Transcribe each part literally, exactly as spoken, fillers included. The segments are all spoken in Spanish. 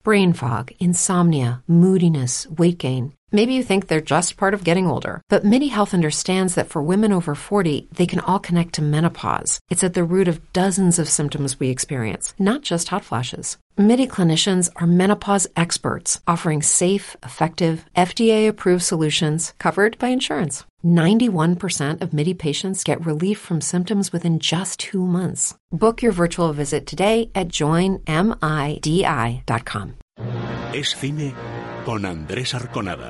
brain fog, insomnia, moodiness, weight gain. Maybe you think they're just part of getting older, but MIDI Health understands that for women over forty, they can all connect to menopause. It's at the root of dozens of symptoms we experience, not just hot flashes. MIDI clinicians are menopause experts, offering safe, effective, F D A-approved solutions covered by insurance. ninety-one percent of MIDI patients get relief from symptoms within just two months. Book your virtual visit today at join midi dot com. Es cine con Andrés Arconada.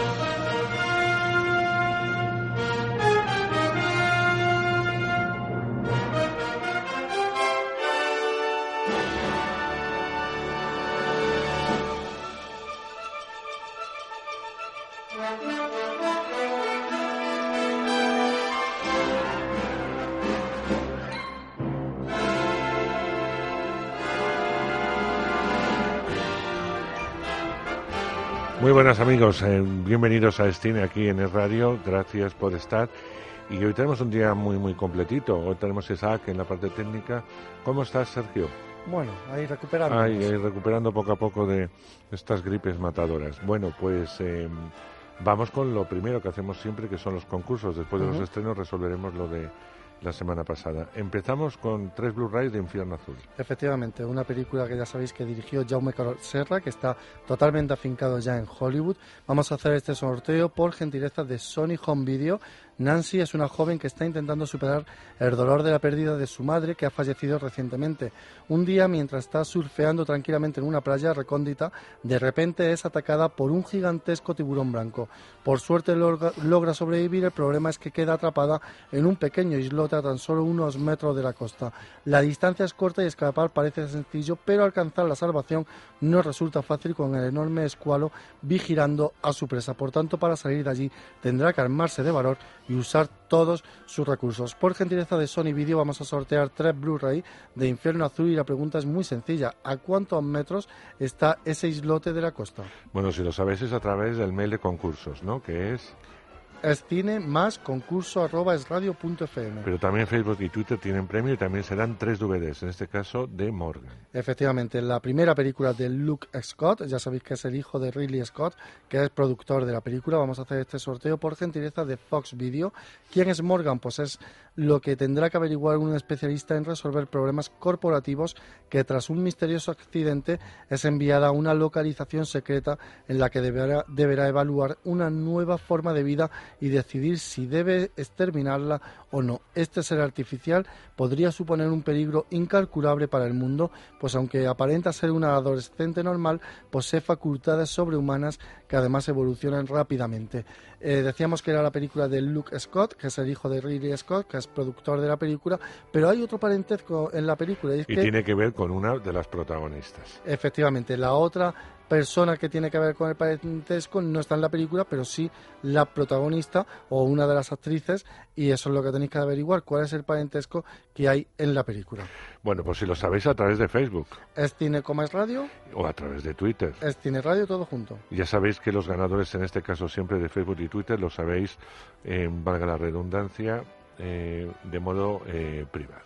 Muy buenas amigos, eh, bienvenidos a Cine aquí en Es Radio, gracias por estar. Y hoy tenemos un día muy muy completito, hoy tenemos a Isaac en la parte técnica. ¿Cómo estás, Sergio? Bueno, ahí recuperando. Ahí, ahí recuperando poco a poco de estas gripes matadoras. Bueno, pues eh, vamos con lo primero que hacemos siempre, que son los concursos. Después de uh-huh. los estrenos resolveremos lo de la semana pasada. Empezamos con tres Blu-rays de Infierno Azul. Efectivamente, una película que ya sabéis que dirigió Jaume Serra, que está totalmente afincado ya en Hollywood. Vamos a hacer este sorteo por gentileza de Sony Home Video. Nancy es una joven que está intentando superar el dolor de la pérdida de su madre, que ha fallecido recientemente. Un día, mientras está surfeando tranquilamente en una playa recóndita, de repente es atacada por un gigantesco tiburón blanco. Por suerte logra, logra sobrevivir, el problema es que queda atrapada en un pequeño islote a tan solo unos metros de la costa. La distancia es corta y escapar parece sencillo, pero alcanzar la salvación no resulta fácil con el enorme escualo vigilando a su presa. Por tanto, para salir de allí tendrá que armarse de valor y usar todos sus recursos. Por gentileza de Sony Video vamos a sortear tres Blu-ray de Infierno Azul y la pregunta es muy sencilla. ¿A cuántos metros está ese islote de la costa? Bueno, si lo sabéis es a través del mail de concursos, ¿no? Que es... es cine más concurso arroba es radio punto f m. Pero también Facebook y Twitter tienen premio y también serán tres D V Ds, en este caso de Morgan. Efectivamente, la primera película de Luke Scott, ya sabéis que es el hijo de Ridley Scott, que es productor de la película. Vamos a hacer este sorteo por gentileza de Fox Video. ¿Quién es Morgan? Pues es lo que tendrá que averiguar un especialista en resolver problemas corporativos que tras un misterioso accidente es enviada a una localización secreta en la que deberá, deberá evaluar una nueva forma de vida y decidir si debe exterminarla o no. Este ser artificial podría suponer un peligro incalculable para el mundo, pues aunque aparenta ser una adolescente normal, posee facultades sobrehumanas que además evolucionan rápidamente. Eh, decíamos que era la película de Luke Scott, que es el hijo de Ridley Scott, que es productor de la película, pero hay otro parentesco en la película. Y, es y que, tiene que ver con una de las protagonistas. Efectivamente, la otra persona que tiene que ver con el parentesco no está en la película, pero sí la protagonista o una de las actrices, y eso es lo que tenéis que averiguar, cuál es el parentesco que hay en la película. Bueno, pues si lo sabéis a través de Facebook. Es Cine Coma es Radio. O a través de Twitter. Es Cine Radio, todo junto. Ya sabéis que los ganadores, en este caso siempre de Facebook y Twitter, lo sabéis, eh, valga la redundancia, eh, de modo eh, privado.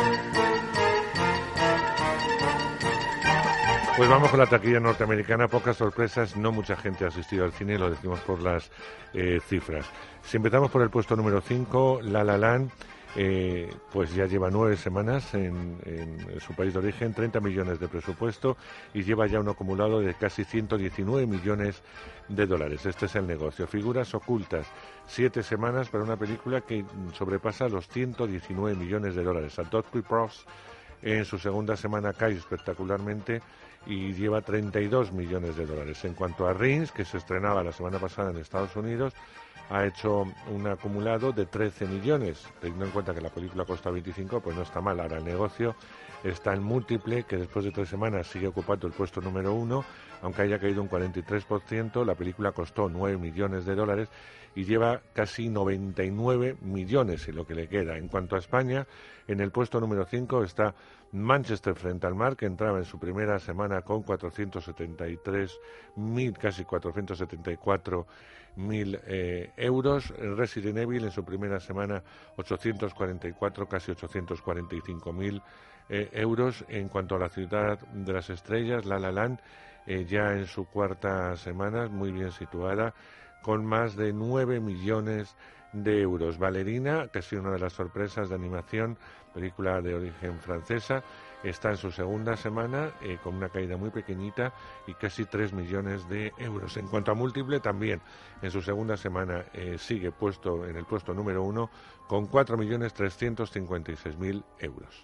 Pues vamos con la taquilla norteamericana, pocas sorpresas, no mucha gente ha asistido al cine, lo decimos por las eh, cifras. Si empezamos por el puesto número cinco, La La Land, eh, pues ya lleva nueve semanas en, en su país de origen, treinta millones de presupuesto y lleva ya un acumulado de casi ciento diecinueve millones de dólares. Este es el negocio. Figuras ocultas, siete semanas para una película que sobrepasa los ciento diecinueve millones de dólares. A Doctor Pross en su segunda semana cae espectacularmente y lleva treinta y dos millones de dólares. En cuanto a Rings, que se estrenaba la semana pasada en Estados Unidos, ha hecho un acumulado de trece millones. Teniendo en cuenta que la película cuesta veinticinco, pues no está mal. Ahora el negocio está en Múltiple, que después de tres semanas sigue ocupando el puesto número uno, aunque haya caído un cuarenta y tres por ciento. La película costó nueve millones de dólares y lleva casi noventa y nueve millones en lo que le queda. En cuanto a España, en el puesto número cinco está Manchester frente al mar, que entraba en su primera semana con cuatrocientos setenta y tres mil, casi cuatrocientos setenta y cuatro mil eh, euros. Resident Evil en su primera semana ochocientos cuarenta y cuatro, casi ochocientos cuarenta y cinco mil eh, euros. En cuanto a la ciudad de las estrellas, La La Land, eh, ya en su cuarta semana, muy bien situada, con más de nueve millones de euros. Ballerina, que ha sido una de las sorpresas de animación, película de origen francesa, está en su segunda semana eh, con una caída muy pequeñita y casi tres millones de euros. En cuanto a Múltiple, también en su segunda semana eh, sigue puesto en el puesto número uno con cuatro millones trescientos cincuenta y seis mil euros.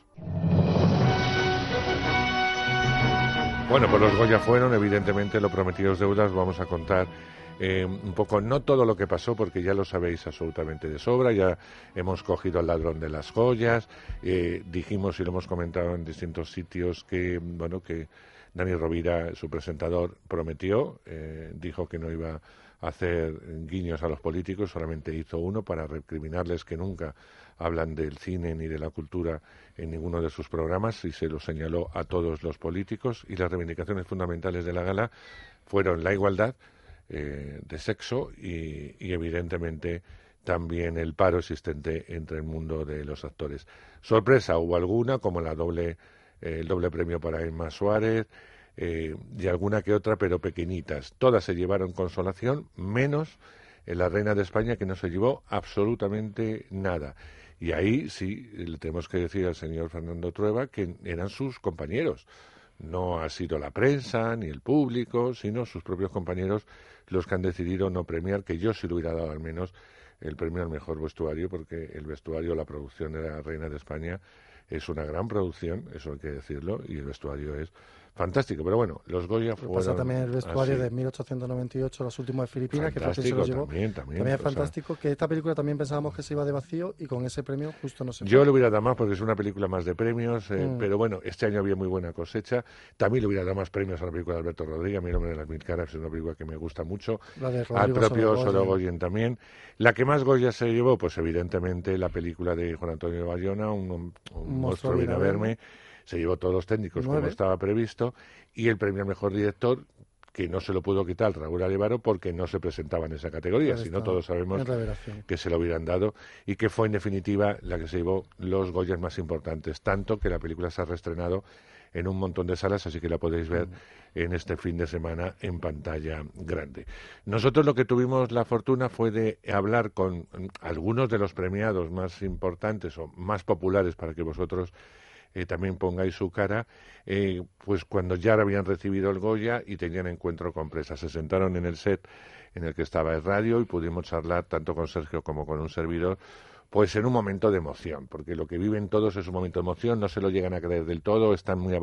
Bueno, pues los Goya fueron, evidentemente, lo prometido es deuda. Os vamos a contar Eh, un poco, no todo lo que pasó, porque ya lo sabéis absolutamente de sobra. Ya hemos cogido al ladrón de las joyas, eh, dijimos y lo hemos comentado en distintos sitios que, bueno, que Dani Rovira, su presentador, prometió, eh, dijo que no iba a hacer guiños a los políticos, solamente hizo uno para recriminarles que nunca hablan del cine ni de la cultura en ninguno de sus programas, y se lo señaló a todos los políticos. Y las reivindicaciones fundamentales de la gala fueron la igualdad Eh, de sexo y, y evidentemente también el paro existente entre el mundo de los actores. Sorpresa hubo alguna, como la doble eh, el doble premio para Emma Suárez eh, y alguna que otra, pero pequeñitas. Todas se llevaron consolación, menos en la Reina de España, que no se llevó absolutamente nada. Y ahí sí le tenemos que decir al señor Fernando Trueba que eran sus compañeros. No ha sido la prensa ni el público, sino sus propios compañeros los que han decidido no premiar, que yo sí le hubiera dado al menos el premio al mejor vestuario, porque el vestuario, la producción de la Reina de España es una gran producción, eso hay que decirlo, y el vestuario es fantástico. Pero bueno, los Goya fueron... Pasa también el vestuario así. de mil ochocientos noventa y ocho, Los últimos de Filipinas, Fantástico, que fue quien se lo llevó. También, también, también es o sea, fantástico, que esta película también pensábamos que se iba de vacío y con ese premio justo no se fue. Yo le hubiera dado más porque es una película más de premios, eh, Mm. pero bueno, este año había muy buena cosecha. También le hubiera dado más premios a la película de Alberto Rodríguez, Mi nombre de las mil caras, es una película que me gusta mucho. La de Al Rodrigo propio Sorogoyen. Sorogoyen también. La que más Goya se llevó, pues evidentemente la película de Juan Antonio de Bayona, Un, un, un monstruo viene a verme. Se llevó todos los técnicos Nueve. como estaba previsto, y el premio al mejor director, que no se lo pudo quitar Raúl Alévaro porque no se presentaba en esa categoría, Ahí si no está, todos sabemos en Revelación. que se lo hubieran dado, y que fue en definitiva la que se llevó los Goyas más importantes, tanto que la película se ha reestrenado en un montón de salas, así que la podéis ver en este fin de semana en pantalla grande. Nosotros lo que tuvimos la fortuna fue de hablar con algunos de los premiados más importantes o más populares, para que vosotros Eh, también pongáis su cara, eh, pues cuando ya habían recibido el Goya y tenían encuentro con prensa. Se sentaron en el set en el que estaba el radio y pudimos charlar tanto con Sergio como con un servidor, pues en un momento de emoción, porque lo que viven todos es un momento de emoción, no se lo llegan a creer del todo, están muy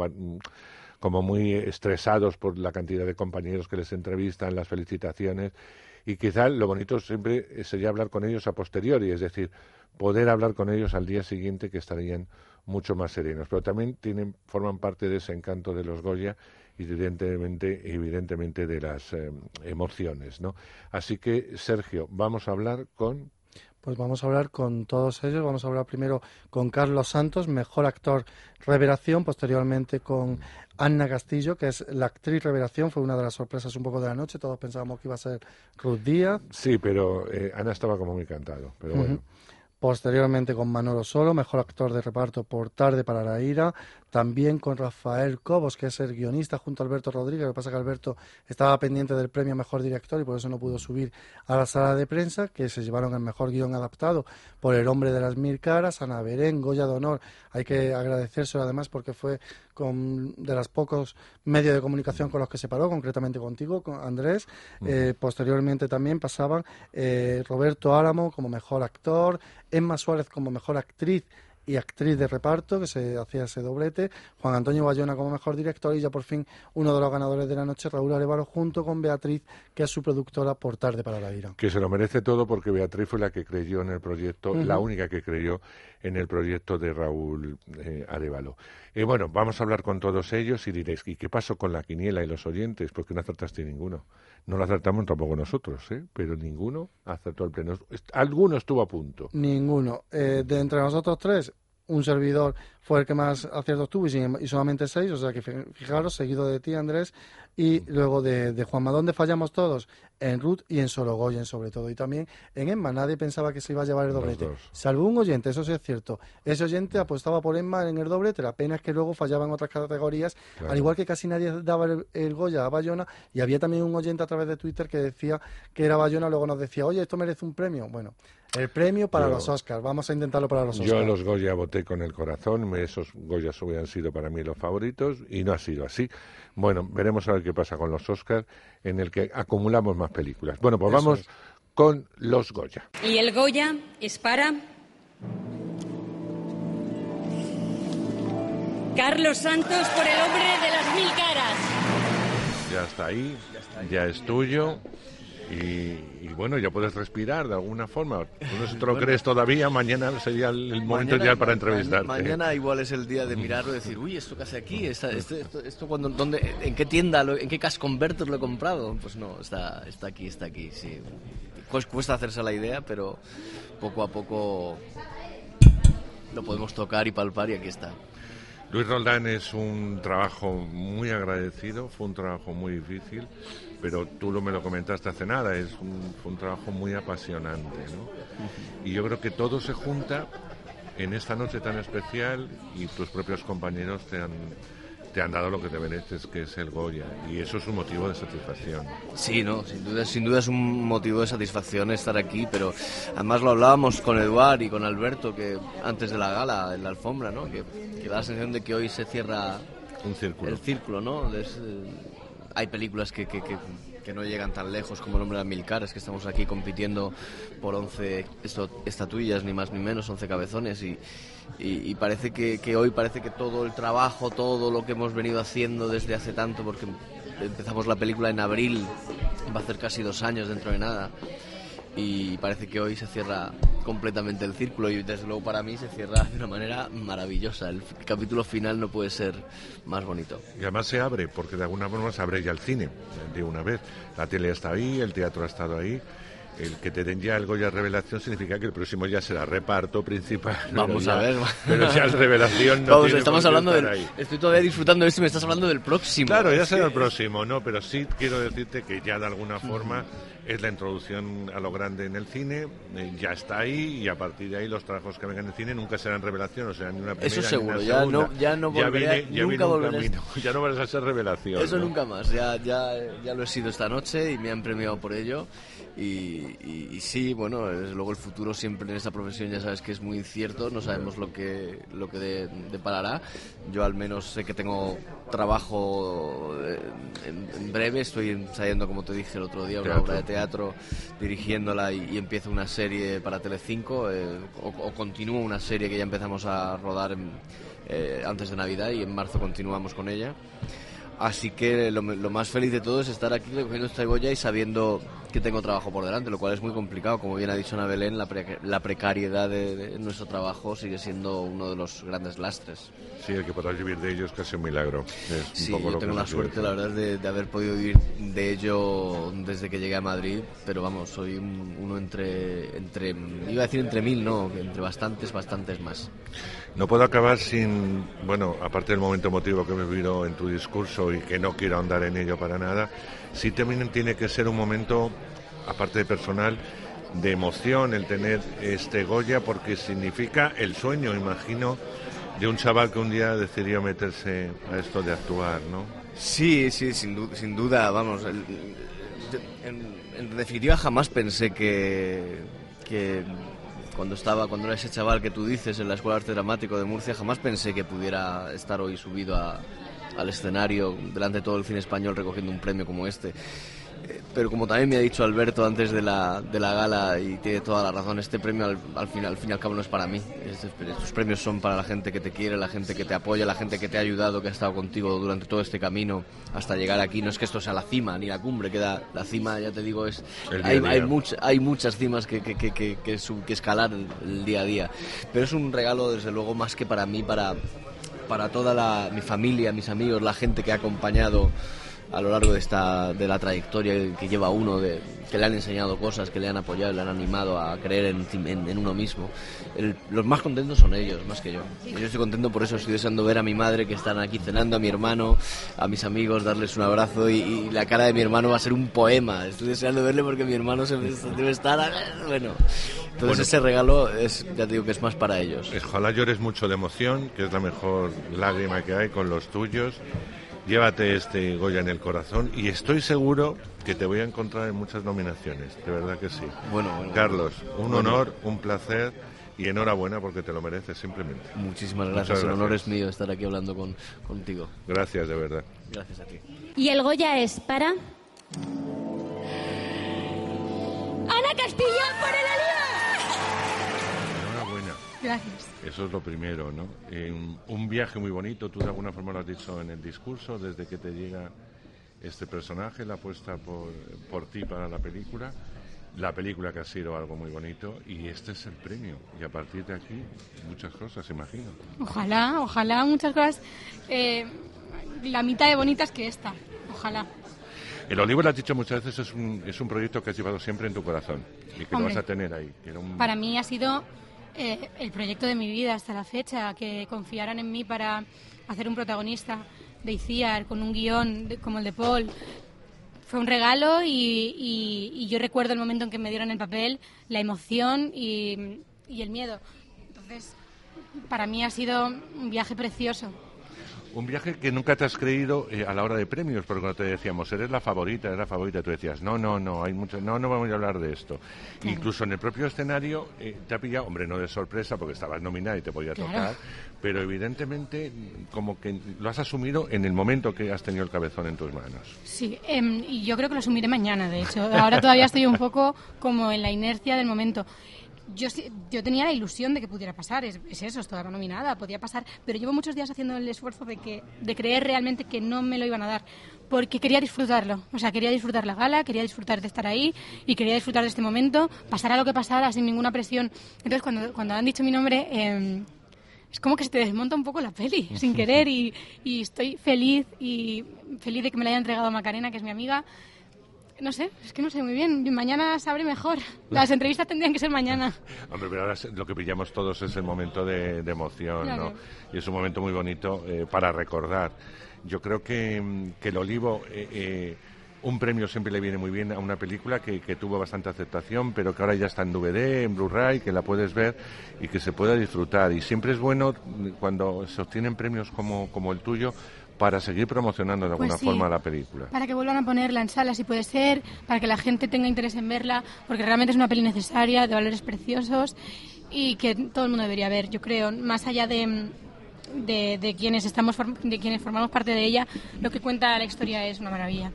como muy estresados por la cantidad de compañeros que les entrevistan, las felicitaciones, y quizá lo bonito siempre sería hablar con ellos a posteriori, es decir, poder hablar con ellos al día siguiente, que estarían mucho más serenos, pero también tienen, forman parte de ese encanto de los Goya y evidentemente, evidentemente de las eh, emociones, ¿no? Así que, Sergio, vamos a hablar con... Pues vamos a hablar con todos ellos. Vamos a hablar primero con Carlos Santos, mejor actor revelación, posteriormente con Anna Castillo, que es la actriz revelación, fue una de las sorpresas un poco de la noche, todos pensábamos que iba a ser Ruth Díaz. Sí, pero eh, Ana estaba como muy cantado, pero bueno. Uh-huh. Posteriormente con Manolo Solo, mejor actor de reparto por Tarde para la ira. También con Rafael Cobos, que es el guionista junto a Alberto Rodríguez. Lo que pasa es que Alberto estaba pendiente del premio a mejor director y por eso no pudo subir a la sala de prensa, que se llevaron el mejor guión adaptado por El hombre de las mil caras, Ana Berén, Goya de honor. Hay que agradecérselo además porque fue con, de los pocos medios de comunicación con los que se paró, concretamente contigo, con Andrés. Uh-huh. Eh, posteriormente también pasaban eh, Roberto Álamo como mejor actor, Emma Suárez como mejor actriz y actriz de reparto, que se hacía ese doblete, Juan Antonio Bayona como mejor director, y ya por fin uno de los ganadores de la noche, Raúl Alévaro, junto con Beatriz, que es su productora por Tarde para la ira. Que se lo merece todo porque Beatriz fue la que creyó en el proyecto, uh-huh. la única que creyó en el proyecto de Raúl eh, Alévaro. Y bueno, vamos a hablar con todos ellos y diréis, ¿y qué pasó con la quiniela y los oyentes? Porque no acertaste ninguno. No lo acertamos tampoco nosotros, ¿eh? Pero ninguno acertó el pleno. Alguno estuvo a punto. Ninguno. Eh, de entre nosotros tres, un servidor fue el que más aciertos tuvo y, sin, y solamente seis, o sea que fijaros, seguido de ti, Andrés, y luego de, de Juanma. ¿Dónde fallamos todos? En Ruth y en Sorogoyen, sobre todo, y también en Emma. Nadie pensaba que se iba a llevar el doblete, salvo un oyente, eso sí es cierto. Ese oyente apostaba por Emma en el doblete, la pena es que luego fallaba en otras categorías, claro. Al igual que casi nadie daba el, el Goya a Bayona, y había también un oyente a través de Twitter que decía que era Bayona, luego nos decía, oye, esto merece un premio. Bueno, el premio para yo, los Oscars, vamos a intentarlo para los Oscars. Yo en los Goya voté con el corazón, esos Goyas hubieran sido para mí los favoritos, y no ha sido así. Bueno, veremos a ver qué pasa con los Oscars, en el que acumulamos más películas. Bueno, pues Eso vamos es. con los Goya. Y el Goya es para Carlos Santos por El hombre de las mil caras. Ya está ahí, ya, está ahí. ya es tuyo. Y, y bueno, ya puedes respirar de alguna forma. Uno si te lo bueno, crees todavía, mañana sería el, el momento ideal para entrevistarte. Mañana igual es el día de mirarlo y decir, uy, ¿esto qué hace aquí? ¿Esto, esto, esto, esto cuando, dónde, ¿En qué tienda, lo, en qué Cash Converter lo he comprado? Pues no, está, está aquí, está aquí, sí. Cuesta hacerse la idea, pero poco a poco lo podemos tocar y palpar y aquí está. Luis Roldán es un trabajo muy agradecido, fue un trabajo muy difícil, pero tú lo me lo comentaste hace nada, es un, fue un trabajo muy apasionante, ¿no? Y yo creo que todo se junta en esta noche tan especial y tus propios compañeros te han, te han dado lo que te mereces, que es el Goya, y eso es un motivo de satisfacción. Sí, no, sin duda, sin duda es un motivo de satisfacción estar aquí, pero además lo hablábamos con Eduard y con Alberto, que antes de la gala, en la alfombra, ¿no? Que, que da la sensación de que hoy se cierra un círculo. el círculo, ¿no? Es, eh, hay películas que, que, que, que no llegan tan lejos como El hombre de las mil caras, que estamos aquí compitiendo por once esto, estatuillas, ni más ni menos, once cabezones, y, y, y parece que, que hoy parece que todo el trabajo, todo lo que hemos venido haciendo desde hace tanto, porque empezamos la película en abril, va a hacer casi dos años dentro de nada, y parece que hoy se cierra completamente el círculo, y desde luego para mí se cierra de una manera maravillosa. El capítulo final no puede ser más bonito. Y además se abre, porque de alguna forma se abre ya el cine de una vez. La tele está ahí, el teatro ha estado ahí. El que te den ya el Goya Revelación significa que el próximo ya será reparto principal. Vamos ya, a ver. Pero ya es Revelación. No Vamos, tiene estamos hablando del. Ahí. Estoy todavía disfrutando de esto y me estás hablando del próximo. Claro, ya será el próximo, ¿no? Pero sí quiero decirte que ya de alguna forma es la introducción a lo grande en el cine, eh, ya está ahí, y a partir de ahí los trabajos que vengan en el cine nunca serán Revelación, o sea, ni una primera. Eso seguro, ni una ya segunda. no, ya no volveré, ya viene, ya nunca volveré. Camino, ya no vas a ser Revelación. Eso ¿no? nunca más, ya, ya, ya lo he sido esta noche y me han premiado por ello. Y, y, y sí, bueno, desde luego el futuro siempre en esta profesión ya sabes que es muy incierto, no sabemos lo que lo que de, deparará. Yo al menos sé que tengo trabajo en, en breve, estoy ensayando, como te dije el otro día, una teatro. obra de teatro, dirigiéndola, y, y empiezo una serie para Telecinco, eh, o, o continúo una serie que ya empezamos a rodar en, eh, antes de Navidad, y en marzo continuamos con ella. Así que lo, lo más feliz de todo es estar aquí recogiendo esta Goya y sabiendo que tengo trabajo por delante, lo cual es muy complicado. Como bien ha dicho Ana Belén, la, pre, la precariedad de, de nuestro trabajo sigue siendo uno de los grandes lastres. Sí, el que podáis vivir de ello es casi un milagro. Es sí, un poco yo lo tengo que la suerte, la verdad, de, de haber podido vivir de ello desde que llegué a Madrid, pero vamos, soy un, uno entre, entre, iba a decir entre mil, no, entre bastantes, bastantes más. No puedo acabar sin, bueno, aparte del momento emotivo que me vivido en tu discurso y que no quiero ahondar en ello para nada, sí también tiene que ser un momento, aparte de personal, de emoción el tener este Goya, porque significa el sueño, imagino, de un chaval que un día decidió meterse a esto de actuar, ¿no? Sí, sí, sin, du- sin duda, vamos, el, en, en definitiva jamás pensé que... que Cuando estaba, cuando era ese chaval que tú dices en la Escuela de Arte Dramático de Murcia, jamás pensé que pudiera estar hoy subido a, al escenario delante de todo el cine español recogiendo un premio como este. Eh, pero como también me ha dicho Alberto antes de la, de la gala, y tiene toda la razón, este premio al, al, fin, al fin y al cabo no es para mí. Este, estos premios son para la gente que te quiere, la gente que te apoya, la gente que te ha ayudado, que ha estado contigo durante todo este camino hasta llegar aquí. No es que esto sea la cima ni la cumbre, queda la cima, ya te digo, es hay, hay, much, hay muchas cimas que, que, que, que, que, sub, que escalar el, el día a día. Pero es un regalo, desde luego, más que para mí, para, para toda la, mi familia, mis amigos, la gente que ha acompañado a lo largo de esta de la trayectoria que lleva uno, de que le han enseñado cosas, que le han apoyado, le han animado a creer en, en, en uno mismo. El, los más contentos son ellos, más que yo. Yo estoy contento por eso, estoy deseando ver a mi madre que están aquí cenando, a mi hermano, a mis amigos, darles un abrazo y, y la cara de mi hermano va a ser un poema. Estoy deseando verle porque mi hermano se debe estar... Bueno, entonces bueno, ese regalo es, ya te digo que es más para ellos. Ojalá llores mucho de emoción, que es la mejor lágrima que hay con los tuyos. Llévate este Goya en el corazón y estoy seguro que te voy a encontrar en muchas nominaciones, de verdad que sí. Bueno, bueno Carlos, un bueno. honor, un placer y enhorabuena porque te lo mereces simplemente. Muchísimas gracias, gracias. El honor es mío estar aquí hablando con, contigo. Gracias, de verdad. Gracias a ti. Y el Goya es para... Ana Castilla por el Oliva. Enhorabuena. Gracias. Eso es lo primero, ¿no? Eh, un viaje muy bonito, tú de alguna forma lo has dicho en el discurso, desde que te llega este personaje, la apuesta por, por ti para la película, la película que ha sido algo muy bonito y este es el premio. Y a partir de aquí, muchas cosas, imagino. Ojalá, ojalá, muchas cosas, eh, la mitad de bonitas que esta, ojalá. El Olivo, lo has dicho muchas veces, es un, es un proyecto que has llevado siempre en tu corazón y que Hombre, lo vas a tener ahí. Que era un... Para mí ha sido... Eh, el proyecto de mi vida hasta la fecha, que confiaran en mí para hacer un protagonista de Iciar con un guión de, como el de Paul, fue un regalo y, y, y yo recuerdo el momento en que me dieron el papel, la emoción y, y el miedo. Entonces, para mí ha sido un viaje precioso. Un viaje que nunca te has creído eh, a la hora de premios, porque cuando te decíamos, eres la favorita, eres la favorita, tú decías, no, no, no, hay mucho, no, no vamos a hablar de esto. Claro. Incluso en el propio escenario eh, te ha pillado, hombre, no de sorpresa, porque estabas nominada y te podía claro. tocar, pero evidentemente como que lo has asumido en el momento que has tenido el cabezón en tus manos. Sí, eh, y yo creo que lo asumiré mañana, de hecho. Ahora todavía estoy un poco como en la inercia del momento. Yo, yo tenía la ilusión de que pudiera pasar, es, es eso, estaba nominada, podía pasar, pero llevo muchos días haciendo el esfuerzo de que de creer realmente que no me lo iban a dar, porque quería disfrutarlo, o sea, quería disfrutar la gala, quería disfrutar de estar ahí y quería disfrutar de este momento, pasara lo que pasara, sin ninguna presión. Entonces, cuando, cuando han dicho mi nombre, eh, es como que se te desmonta un poco la peli, sin querer, y, y estoy feliz, y feliz de que me la haya entregado Macarena, que es mi amiga. No sé, es que no sé muy bien. Mañana sabré mejor. Las entrevistas tendrían que ser mañana. Hombre, pero ahora lo que pillamos todos es el momento de, de emoción, claro. ¿no? Y es un momento muy bonito eh, para recordar. Yo creo que, que el Olivo, eh, eh, un premio siempre le viene muy bien a una película que, que tuvo bastante aceptación, pero que ahora ya está en D V D, en Blu-ray, que la puedes ver y que se pueda disfrutar. Y siempre es bueno cuando se obtienen premios como, como el tuyo, para seguir promocionando de alguna pues sí, forma la película. Para que vuelvan a ponerla en salas si puede ser, para que la gente tenga interés en verla, porque realmente es una peli necesaria, de valores preciosos y que todo el mundo debería ver, yo creo, más allá de, de, de quienes estamos de quienes formamos parte de ella, lo que cuenta la historia es una maravilla.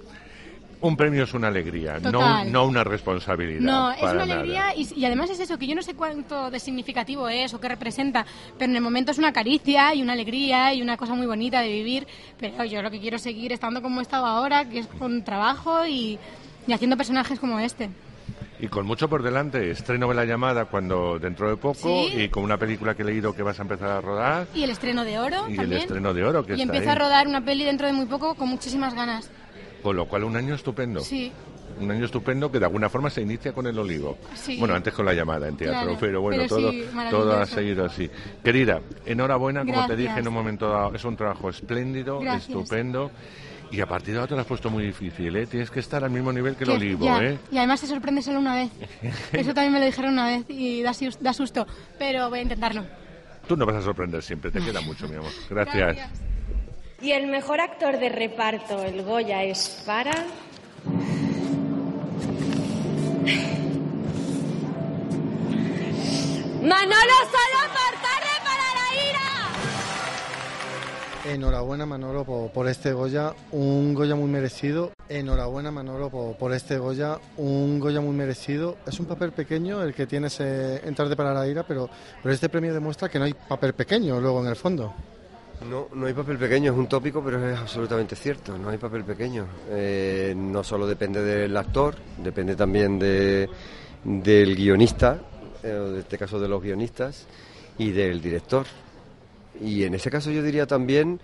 Un premio es una alegría, no, no una responsabilidad. No, es una alegría y, y además es eso, que yo no sé cuánto de significativo es o qué representa, pero en el momento es una caricia y una alegría y una cosa muy bonita de vivir, pero yo lo que quiero es seguir estando como he estado ahora, que es con trabajo y, y haciendo personajes como este. Y con mucho por delante, estreno de La Llamada cuando dentro de poco, ¿sí? Y con una película que he leído que vas a empezar a rodar. Y el estreno de Oro y también. el estreno de Oro que y está empiezo ahí. a rodar una peli dentro de muy poco con muchísimas ganas. Con lo cual un año estupendo. Sí. Un año estupendo que de alguna forma se inicia con El Olivo. Sí. Bueno, antes con La Llamada en teatro, claro, pero bueno, pero todo, sí, todo ha seguido así. Querida, enhorabuena, como Gracias. te dije en un momento dado, es un trabajo espléndido, Gracias. estupendo. Y a partir de ahora te lo has puesto muy difícil, ¿eh? Tienes que estar al mismo nivel que El que, Olivo, ya, ¿eh? Y además se sorprende solo una vez. Eso también me lo dijeron una vez y da, da susto, pero voy a intentarlo. Tú no vas a sorprender siempre, te queda mucho, mi amor. Gracias. Gracias. Y el mejor actor de reparto, el Goya, es para... ¡Manolo Salazar, tarde para la ira! Enhorabuena, Manolo, por, por este Goya, un Goya muy merecido. Enhorabuena, Manolo, por, por este Goya, un Goya muy merecido. Es un papel pequeño el que tienes eh, en Tarde para la ira, pero, pero este premio demuestra que no hay papel pequeño luego en el fondo. No, no hay papel pequeño, es un tópico, pero es absolutamente cierto, no hay papel pequeño. Eh, no solo depende del actor, depende también de, del guionista, eh, en este caso de los guionistas, y del director. Y en ese caso yo diría también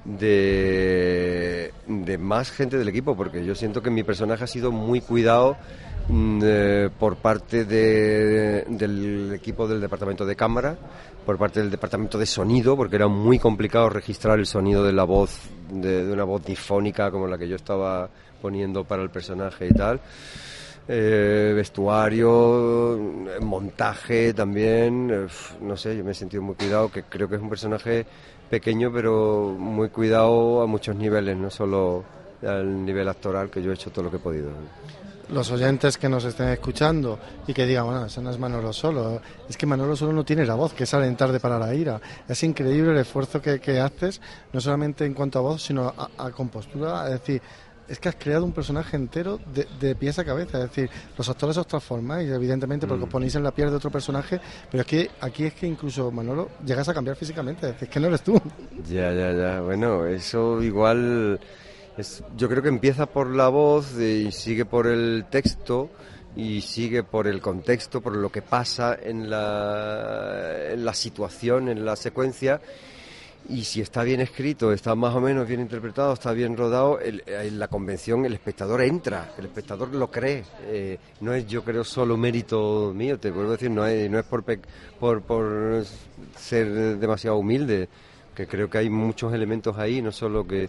de, de más gente del equipo, porque yo siento que mi personaje ha sido muy cuidado de, por parte de, del equipo del departamento de cámara, por parte del departamento de sonido, porque era muy complicado registrar el sonido de la voz, de, de una voz difónica como la que yo estaba poniendo para el personaje y tal. Eh, vestuario, montaje también, eh, no sé, yo me he sentido muy cuidado, que creo que es un personaje pequeño pero muy cuidado a muchos niveles, no solo al nivel actoral, que yo he hecho todo lo que he podido. Los oyentes que nos estén escuchando y que digan, bueno, eso no es Manolo Solo, es que Manolo Solo no tiene la voz, que sale en Tarde para la ira. Es increíble el esfuerzo que, que haces, no solamente en cuanto a voz, sino a, a compostura, es decir, es que has creado un personaje entero de, de pies a cabeza, es decir, los actores os transformáis, evidentemente, porque os ponéis en la piel de otro personaje, pero es que aquí es que incluso, Manolo, llegas a cambiar físicamente, es decir, es que no eres tú. Ya, ya, ya, bueno, eso igual, es, yo creo que empieza por la voz y sigue por el texto y sigue por el contexto, por lo que pasa en la, en la situación, en la secuencia. Y si está bien escrito, está más o menos bien interpretado, está bien rodado, el, en la convención el espectador entra, el espectador lo cree. Eh, no es, yo creo, solo mérito mío, te vuelvo a decir, no es, no es por, pe, por, por ser demasiado humilde, que creo que hay muchos elementos ahí, no solo que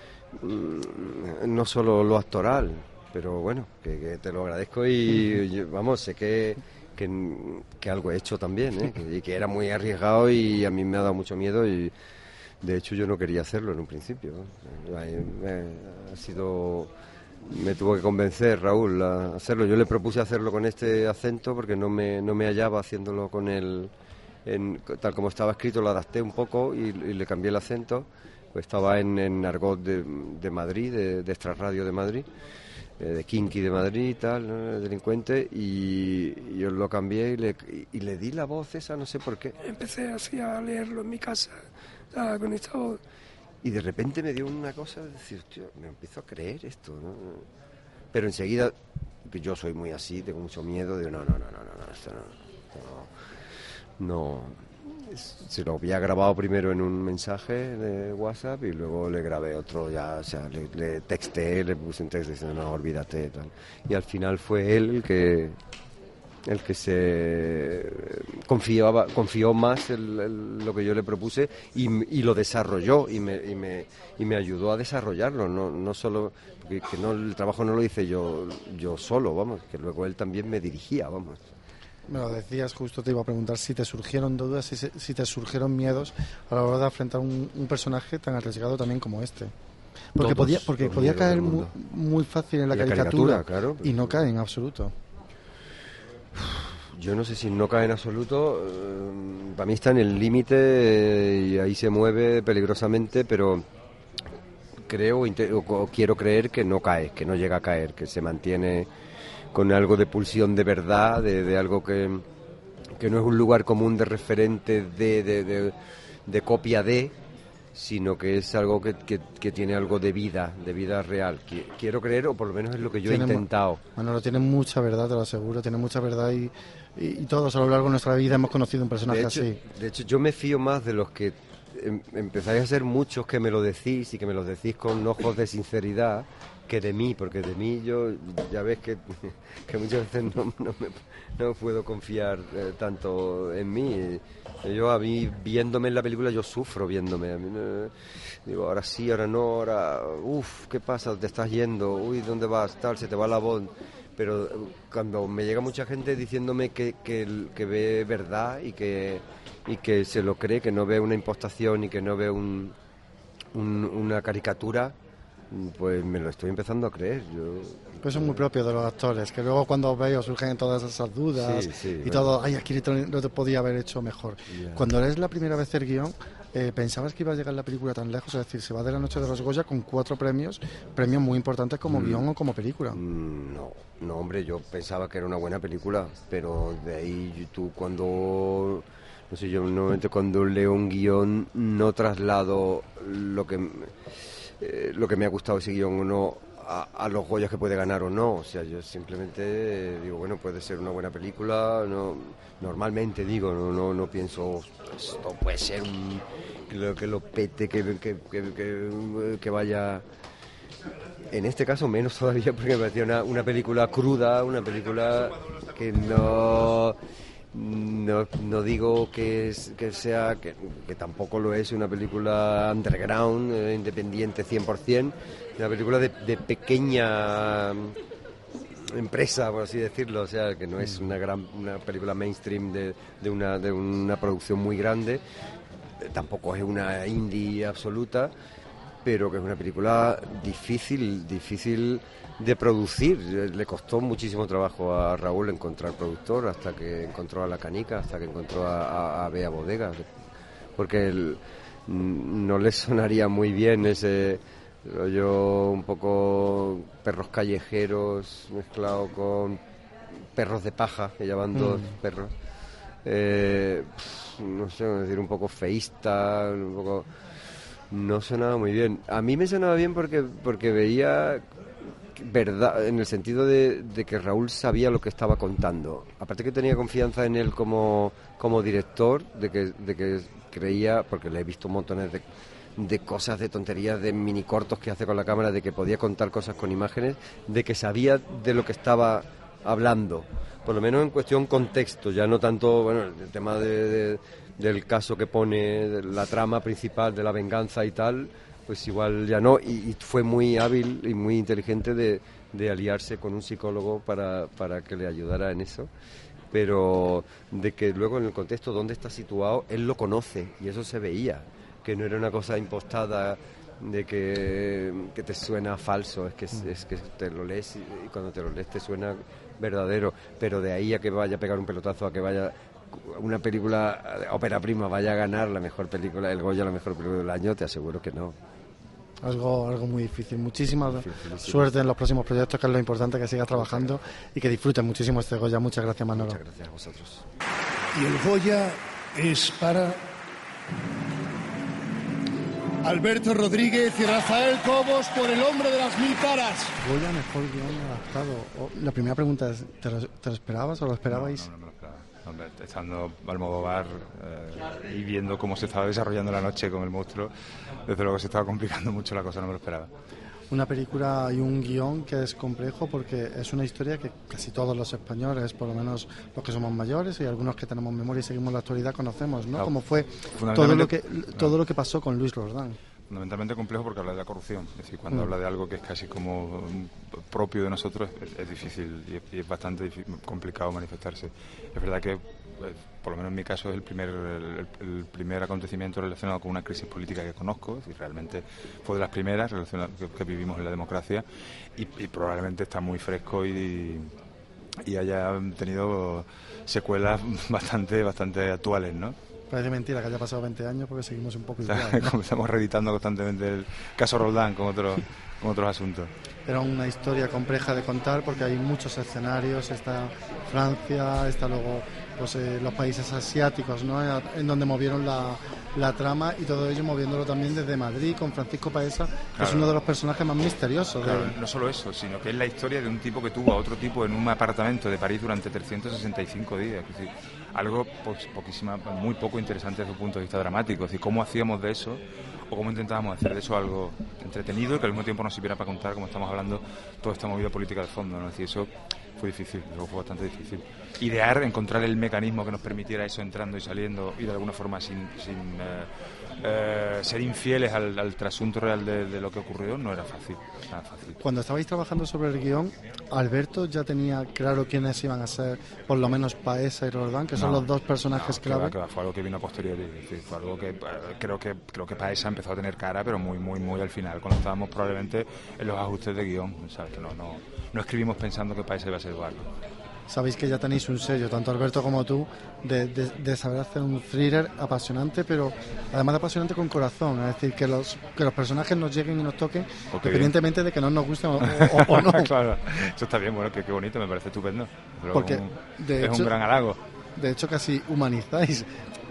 no solo lo actoral, pero bueno, que, que te lo agradezco y yo, vamos, sé que... Que, que algo he hecho también, ¿eh? que, y que era muy arriesgado y a mí me ha dado mucho miedo y de hecho yo no quería hacerlo en un principio. Me, me, ha sido, me tuvo que convencer Raúl a hacerlo. Yo le propuse hacerlo con este acento porque no me, no me hallaba haciéndolo con el, en, tal como estaba escrito, lo adapté un poco y, y le cambié el acento. Pues estaba en, en argot de, de Madrid, de, de Extrarradio de Madrid, de Kinky de Madrid y tal, ¿no? Delincuente, y yo lo cambié y le, y le di la voz esa, no sé por qué. Empecé así a leerlo en mi casa, estaba con esta voz. Y de repente me dio una cosa de decir, tío, me empiezo a creer esto, ¿no? Pero enseguida, que yo soy muy así, tengo mucho miedo, digo, no, no, no, no, no, esto no, no, no. Se lo había grabado primero en un mensaje de WhatsApp y luego le grabé otro ya, o sea, le, le texté, le puse un texto diciendo no, olvídate, tal. Y al final fue él el que el que se confiaba, confió más en, en lo que yo le propuse y, y lo desarrolló y me, y me y me ayudó a desarrollarlo, no no solo que, que no, el trabajo no lo hice yo yo solo, vamos, que luego él también me dirigía, vamos. Me lo decías, justo te iba a preguntar si te surgieron dudas, si, si te surgieron miedos a la hora de afrontar un, un personaje tan arriesgado también como este. Porque Todos, podía, porque podía caer muy, muy fácil en la, la caricatura, caricatura, claro, y no cae en absoluto. Yo no sé si no cae en absoluto, eh, para mí está en el límite eh, y ahí se mueve peligrosamente, pero creo o, o quiero creer que no cae, que no llega a caer, que se mantiene con algo de pulsión de verdad, de, de algo que, que no es un lugar común de referente de, de, de, de copia de, sino que es algo que, que, que tiene algo de vida, de vida real. Quiero creer, o por lo menos es lo que yo tiene, he intentado. Bueno, lo tiene mucha verdad, te lo aseguro, tiene mucha verdad y, y, y todos a lo largo de nuestra vida hemos conocido un personaje de hecho, así. De hecho, yo me fío más de los que em, empezáis a ser muchos que me lo decís y que me lo decís con ojos de sinceridad, que de mí, porque de mí yo ya ves que, que muchas veces no, no, me, no puedo confiar eh, tanto en mí. Yo a mí, viéndome en la película, yo sufro viéndome. A mí, no, digo, ahora sí, ahora no, ahora, uff, ¿qué pasa? Te estás yendo, uy, ¿dónde vas? Tal, se te va la voz. Pero cuando me llega mucha gente diciéndome que, que, que ve verdad y que, y que se lo cree, que no ve una impostación y que no ve un, un, una caricatura, pues me lo estoy empezando a creer. Yo, pues es muy propio de los actores, que luego cuando os veis surgen todas esas dudas, sí, sí, y bueno. todo, ay, aquí no te podía haber hecho mejor. Yeah. Cuando lees la primera vez el guión, eh, ¿pensabas que iba a llegar la película tan lejos? Es decir, se va de la noche de los Goya con cuatro premios, premios muy importantes como mm. guión o como película. Mm, no, no, hombre, yo pensaba que era una buena película, pero de ahí tú cuando... No sé, yo normalmente cuando leo un guión no traslado lo que... Eh, lo que me ha gustado ese guión o no a, a los Goyas que puede ganar o no, o sea, yo simplemente eh, digo, bueno, puede ser una buena película, no, normalmente digo, no, no, no pienso esto puede ser un, que lo, que lo pete, que, que, que, que, que vaya... En este caso menos todavía, porque me parecía una, una película cruda, una película que no... No, no digo que, es, que sea, que, que tampoco lo es, una película underground, eh, independiente cien por ciento, una película de, de pequeña empresa, por así decirlo, o sea, que no es una gran una película mainstream de, de, una, de una producción muy grande, eh, tampoco es una indie absoluta, pero que es una película difícil, difícil de producir. Le costó muchísimo trabajo a Raúl encontrar productor, hasta que encontró a La Canica, hasta que encontró a, a, a Bea Bodegas, porque el, no le sonaría muy bien ese rollo un poco perros callejeros mezclado con perros de paja, que llaman mm. dos perros, eh, no sé, decir, un poco feísta, un poco... No sonaba muy bien. A mí me sonaba bien porque porque veía verdad, en el sentido de, de que Raúl sabía lo que estaba contando. Aparte que tenía confianza en él como, como director, de que, de que creía, porque le he visto montones de, de cosas, de tonterías, de mini cortos que hace con la cámara, de que podía contar cosas con imágenes, de que sabía de lo que estaba hablando, por lo menos en cuestión contexto, ya no tanto, bueno, el tema de... de del caso que pone, de la trama principal de la venganza y tal, pues igual ya no, y, y fue muy hábil y muy inteligente de, de aliarse con un psicólogo para, para que le ayudara en eso, pero de que luego en el contexto donde está situado, él lo conoce, y eso se veía, que no era una cosa impostada de que, que te suena falso, es que, es que te lo lees y, y cuando te lo lees te suena verdadero, pero de ahí a que vaya a pegar un pelotazo, a que vaya... una película ópera prima vaya a ganar la mejor película, el Goya, la mejor película del año, te aseguro que no. Algo, algo muy difícil. Muchísima difícil, suerte en los próximos proyectos, que es lo importante, que sigas trabajando y que disfrutes muchísimo este Goya. Muchas gracias, Manolo. Muchas gracias a vosotros. Y el Goya es para Alberto Rodríguez y Rafael Cobos por El hombre de las mil caras. Goya, mejor guión adaptado. La primera pregunta es, ¿te lo, te lo esperabas o lo esperabais? No, no, no me lo esperaba. Hombre, estando Almodóvar eh, y viendo cómo se estaba desarrollando la noche con el monstruo, desde luego se estaba complicando mucho la cosa, no me lo esperaba. Una película y un guión que es complejo porque es una historia que casi todos los españoles, por lo menos los que somos mayores y algunos que tenemos memoria y seguimos la actualidad, conocemos, ¿no? Claro, como fue todo lo que todo lo que pasó con Luis Roldán. Fundamentalmente complejo porque habla de la corrupción, es decir, cuando mm. habla de algo que es casi como propio de nosotros es, es difícil y es, y es bastante difícil, complicado manifestarse. Es verdad que, por lo menos en mi caso, es el primer el, el primer acontecimiento relacionado con una crisis política que conozco, es decir, realmente fue de las primeras que, que vivimos en la democracia y, y probablemente está muy fresco y, y haya tenido secuelas bastante, bastante actuales, ¿no? Parece mentira que haya pasado veinte años porque seguimos un poco igual, ¿no? Como estamos reeditando constantemente el caso Roldán con, otro, con otros asuntos. Era una historia compleja de contar porque hay muchos escenarios, está Francia, está luego pues, eh, los países asiáticos, ¿no? En donde movieron la, la trama y todo ello moviéndolo también desde Madrid con Francisco Paesa, que claro. es uno de los personajes más misteriosos. Claro, de... No solo eso, sino que es la historia de un tipo que tuvo a otro tipo en un apartamento de París durante trescientos sesenta y cinco días. Es decir, algo pues, poquísima, muy poco interesante desde un punto de vista dramático. Es decir, cómo hacíamos de eso o cómo intentábamos hacer de eso algo entretenido y que al mismo tiempo nos sirviera para contar, como estamos hablando, toda esta movida política de fondo, ¿no? Es decir, eso fue difícil, luego fue bastante difícil. Idear, encontrar el mecanismo que nos permitiera eso entrando y saliendo y de alguna forma sin, sin eh, eh, ser infieles al, al trasunto real de, de lo que ocurrió no era fácil, nada fácil. Cuando estabais trabajando sobre el guión, ¿Alberto ya tenía claro quiénes iban a ser, por lo menos Paesa y Roldán, que son no, los dos personajes no, clave? Que va, que va, fue algo que vino a posteriori, es decir, fue algo que eh, creo que creo que Paesa empezó a tener cara, pero muy muy muy al final, cuando estábamos probablemente en los ajustes de guión, ¿sabes? Que no, no, no escribimos pensando que Paesa iba a ser igual. Sabéis que ya tenéis un sello, tanto Alberto como tú, de, de, de saber hacer un thriller apasionante, pero además de apasionante con corazón. Es decir, que los que los personajes nos lleguen y nos toquen, okay, independientemente bien. de que no nos gusten o, o, o no. Claro, eso está bien, bueno, que qué bonito, me parece estupendo. Pero Porque un, de es hecho, un gran halago. De hecho, casi humanizáis.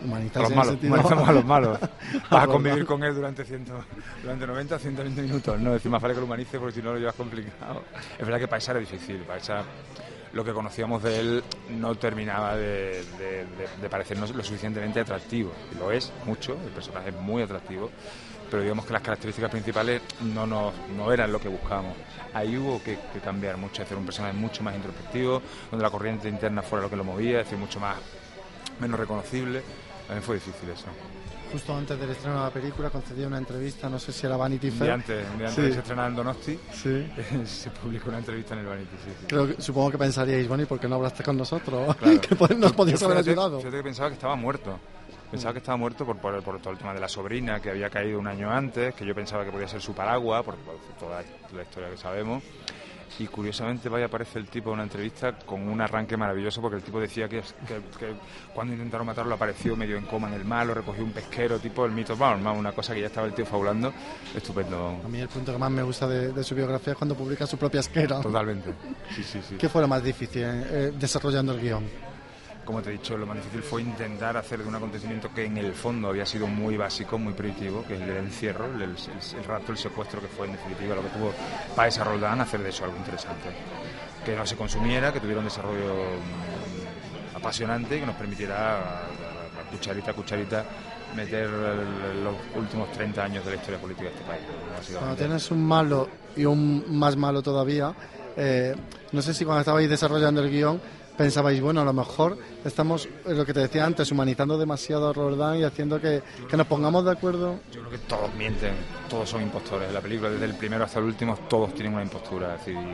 A los malos, humanizamos a los malos. Vas a convivir con él durante, cien, durante noventa a ciento veinte minutos. No, es decir, más vale que lo humanice porque si no lo llevas complicado. Es verdad que Paesa era difícil. Paesa lo que conocíamos de él no terminaba de, de, de, de parecernos lo suficientemente atractivo. Y lo es mucho, el personaje es muy atractivo, pero digamos que las características principales no, nos, no eran lo que buscábamos. Ahí hubo que, que cambiar mucho, hacer un personaje mucho más introspectivo, donde la corriente interna fuera lo que lo movía, es decir, mucho más menos reconocible. A mí fue difícil eso. Justo antes del estreno de la película concedió una entrevista, no sé si era Vanity Fair. Un día antes, un día antes sí. de que se estrenara en Donosti, sí. se publicó una entrevista en el Vanity. Sí, sí. Creo que, supongo que pensaríais, bueno, ¿y por qué no hablaste con nosotros? Claro. que pues, nos podías haber fíjate, ayudado. Fíjate que pensaba que estaba muerto. Pensaba que estaba muerto por, por, por todo el tema de la sobrina, que había caído un año antes, que yo pensaba que podía ser su paraguas, por, por toda la historia que sabemos. Y curiosamente vaya aparece el tipo en una entrevista con un arranque maravilloso, porque el tipo decía que, que, que cuando intentaron matarlo apareció medio en coma en el mar, lo recogió un pesquero, tipo el mito, vamos, una cosa que ya estaba el tío fabulando, estupendo. A mí el punto que más me gusta de, de su biografía es cuando publica su propia esquera. Totalmente, sí, sí, sí. ¿Qué fue lo más difícil eh, desarrollando el guión? Como te he dicho, lo más difícil fue intentar hacer de un acontecimiento que en el fondo había sido muy básico, muy primitivo, que es el encierro, el, el, el rapto, el secuestro, que fue en definitiva lo que tuvo Paesa Roldán, hacer de eso algo interesante. Que no se consumiera, que tuviera un desarrollo mmm, apasionante y que nos permitiera, a, a, a cucharita a cucharita, meter el, los últimos treinta años de la historia política de este país. Cuando tienes un malo y un más malo todavía, eh, no sé si cuando estabais desarrollando el guión pensabais, bueno, a lo mejor estamos, lo que te decía antes, humanizando demasiado a Roldán y haciendo que, que nos pongamos de acuerdo. Yo creo que todos mienten, todos son impostores. En la película, desde el primero hasta el último, todos tienen una impostura. Es decir,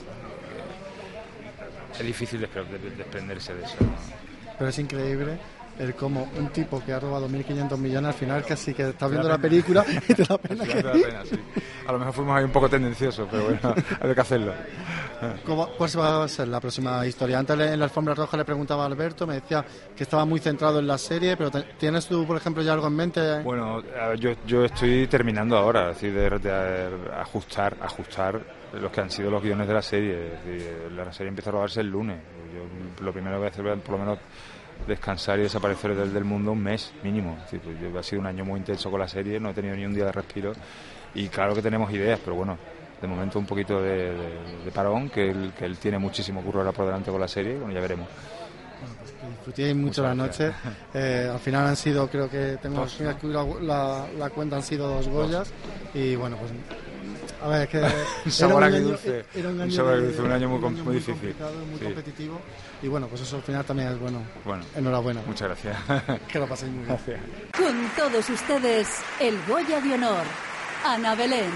es difícil desprenderse de eso. Pero es increíble el cómo un tipo que ha robado mil quinientos millones al final casi que está viendo la película y te da pena. Que... te da pena, sí. A lo mejor fuimos ahí un poco tendenciosos, pero bueno, hay que hacerlo. ¿Cómo, ¿Cuál va a ser la próxima historia? Antes en la alfombra roja le preguntaba a Alberto, me decía que estaba muy centrado en la serie, pero ¿tienes tú, por ejemplo, ya algo en mente? Bueno, yo, yo estoy terminando ahora, es decir, de, de ajustar, ajustar los que han sido los guiones de la serie. Es decir, la serie empieza a rodarse el lunes. Yo lo primero que voy a hacer es por lo menos descansar y desaparecer del, del mundo un mes mínimo. Es decir, pues yo, ha sido un año muy intenso con la serie, no he tenido ni un día de respiro y claro que tenemos ideas, pero bueno, de momento un poquito de, de, de parón, que él, que él tiene muchísimo curro ahora por delante con la serie y bueno, ya veremos. Bueno, pues que disfrutéis mucho la noche. Eh, al final han sido, creo que tengo aquí la, la, la cuenta, han sido dos Goyas y bueno, pues a ver, es que era un año, dulce, era un año, un sabor de, dulce, un año muy, un año muy, muy difícil, complicado, muy sí. competitivo y bueno, pues eso al final también es bueno. Bueno, enhorabuena. Muchas gracias. Que lo paséis muy bien. Gracias. Con todos ustedes, el Goya de Honor, Ana Belén.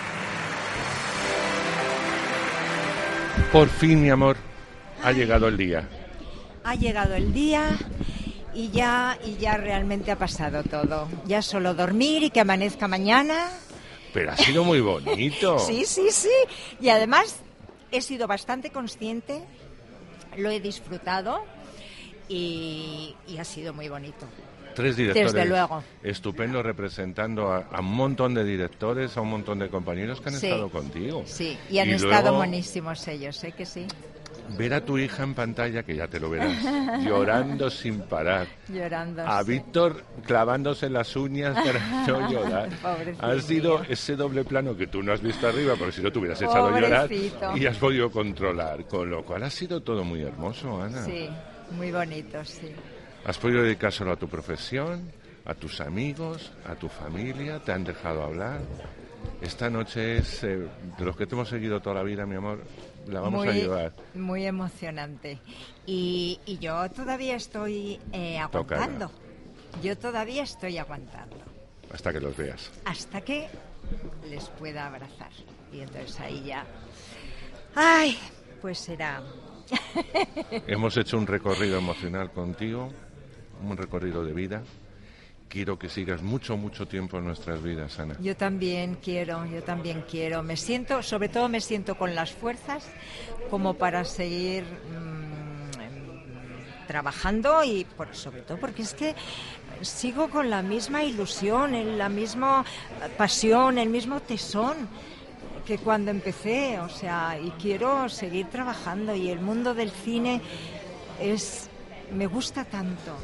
Por fin, mi amor, ha Ay, llegado el día. Ha llegado el día y ya, y ya realmente ha pasado todo. Ya solo dormir y que amanezca mañana. Pero ha sido muy bonito. Sí, sí, sí. Y además he sido bastante consciente, lo he disfrutado y, y ha sido muy bonito. Tres directores Desde luego. estupendos representando a, a un montón de directores, a un montón de compañeros que han Sí. estado contigo. Sí, y han Y estado luego buenísimos ellos, ¿eh? Que sí. Ver a tu hija en pantalla, que ya te lo verás, llorando sin parar. Llorando. A sí. Víctor clavándose las uñas para no llorar. Pobrecito Ha sido mío. ese doble plano que tú no has visto arriba, porque si no te hubieras echado a llorar Pobrecito. y has podido controlar. Con lo cual ha sido todo muy hermoso, Ana. Sí, muy bonito, sí. Has podido dedicárselo a tu profesión, a tus amigos, a tu familia, te han dejado hablar. Esta noche es, eh, de los que te hemos seguido toda la vida, mi amor, la vamos muy, a llevar. Muy emocionante. Y, y yo todavía estoy eh, aguantando. Yo todavía estoy aguantando. Hasta que los veas. Hasta que les pueda abrazar. Y entonces ahí ya... ¡Ay! Pues será... Hemos hecho un recorrido emocional contigo, un recorrido de vida. Quiero que sigas mucho, mucho tiempo en nuestras vidas, Ana. Yo también quiero, yo también quiero. Me siento, sobre todo me siento con las fuerzas como para seguir mmm, trabajando y por, sobre todo porque es que sigo con la misma ilusión, la misma pasión, el mismo tesón que cuando empecé, o sea, y quiero seguir trabajando y el mundo del cine es, me gusta tanto.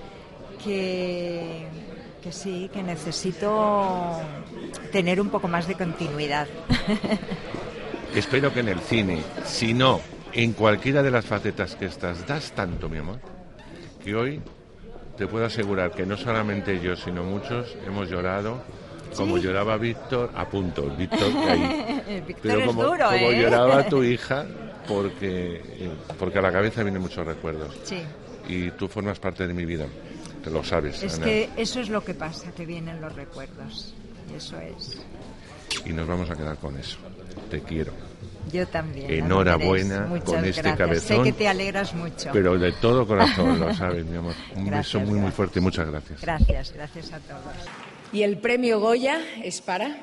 Que, que sí, que necesito tener un poco más de continuidad. Espero que en el cine, si no en cualquiera de las facetas que estás, das tanto, mi amor, que hoy te puedo asegurar que no solamente yo, sino muchos hemos llorado, como ¿sí? lloraba Víctor, a punto, Víctor ahí. Víctor pero es como, duro, como ¿eh? lloraba tu hija, porque, porque a la cabeza vienen muchos recuerdos. Sí. Y tú formas parte de mi vida, te lo sabes, Es Ana. que eso es lo que pasa, que vienen los recuerdos. Y eso es. Y nos vamos a quedar con eso. Te quiero. Yo también. Enhorabuena con este gracias. cabezón. Sé que te alegras mucho. Pero de todo corazón, lo sabes, mi amor. Un gracias, beso muy, gracias. muy fuerte y muchas gracias. Gracias, gracias a todos. Y el premio Goya es para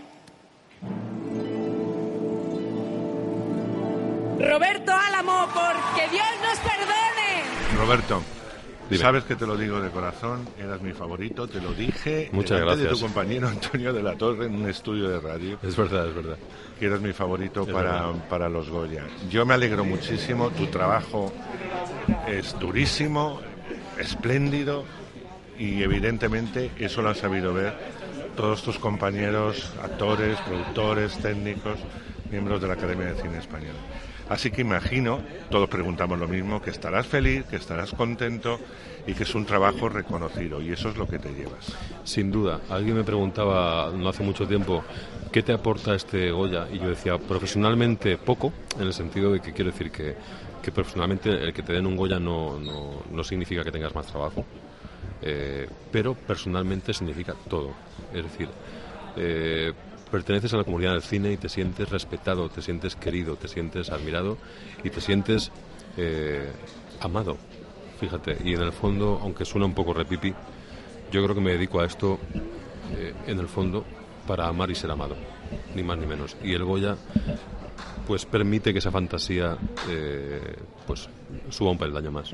Roberto Álamo, porque Dios nos perdone. Roberto, dime. Sabes que te lo digo de corazón, eras mi favorito, te lo dije. Muchas delante gracias. de tu compañero Antonio de la Torre en un estudio de radio. Es verdad, es verdad. Que eras mi favorito es para, para los Goya. Yo me alegro muchísimo, tu trabajo es durísimo, espléndido y evidentemente eso lo han sabido ver todos tus compañeros, actores, productores, técnicos, miembros de la Academia de Cine Español. Así que imagino, todos preguntamos lo mismo, que estarás feliz, que estarás contento y que es un trabajo reconocido y eso es lo que te llevas. Sin duda. Alguien me preguntaba no hace mucho tiempo ¿qué te aporta este Goya? Y yo decía, profesionalmente poco, en el sentido de que quiero decir que, que profesionalmente el que te den un Goya no, no, no significa que tengas más trabajo, eh, pero personalmente significa todo. Es decir, eh, perteneces a la comunidad del cine y te sientes respetado, te sientes querido, te sientes admirado y te sientes eh, amado, fíjate. Y en el fondo, aunque suena un poco repipi, yo creo que me dedico a esto eh, en el fondo para amar y ser amado, ni más ni menos. Y el Goya pues permite que esa fantasía eh, pues suba un peldaño más.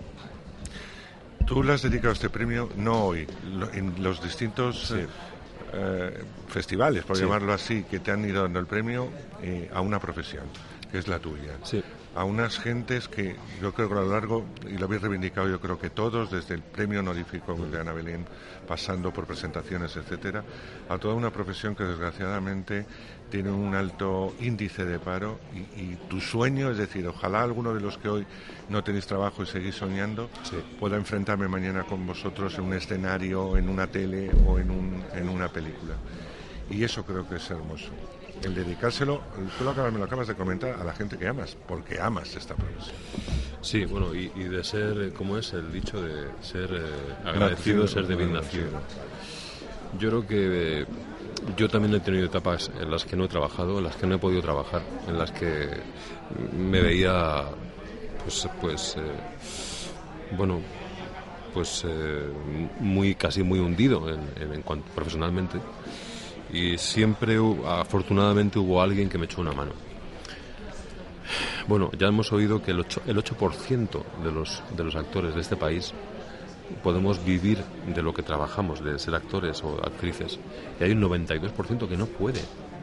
Tú le has dedicado este premio, no hoy, en los distintos... Sí. Eh, festivales, por sí. llamarlo así, que te han ido dando el premio eh, a una profesión, que es la tuya. Sí. A unas gentes que yo creo que a lo largo, y lo habéis reivindicado yo creo que todos, desde el premio honorífico de Ana Belén, pasando por presentaciones, etcétera, a toda una profesión que desgraciadamente tiene un alto índice de paro y, y tu sueño, es decir, ojalá alguno de los que hoy no tenéis trabajo y seguís soñando, sí. pueda enfrentarme mañana con vosotros en un escenario, en una tele o en, un, en una película. Y eso creo que es hermoso. El dedicárselo, tú lo acabas, me lo acabas de comentar, a la gente que amas, porque amas esta profesión. Sí, bueno, y, y de ser, ¿cómo es el dicho? De ser eh, agradecido, de ser de bien nacido. Yo creo que eh, yo también he tenido etapas en las que no he trabajado, en las que no he podido trabajar, en las que me veía, pues, pues eh, bueno, pues eh, muy, casi muy hundido en, en, en cuanto profesionalmente. Y siempre, afortunadamente, hubo alguien que me echó una mano. Bueno, ya hemos oído que el ocho, el ocho por ciento de los, de los actores de este país podemos vivir de lo que trabajamos, de ser actores o actrices. Y hay un noventa y dos por ciento que no puede.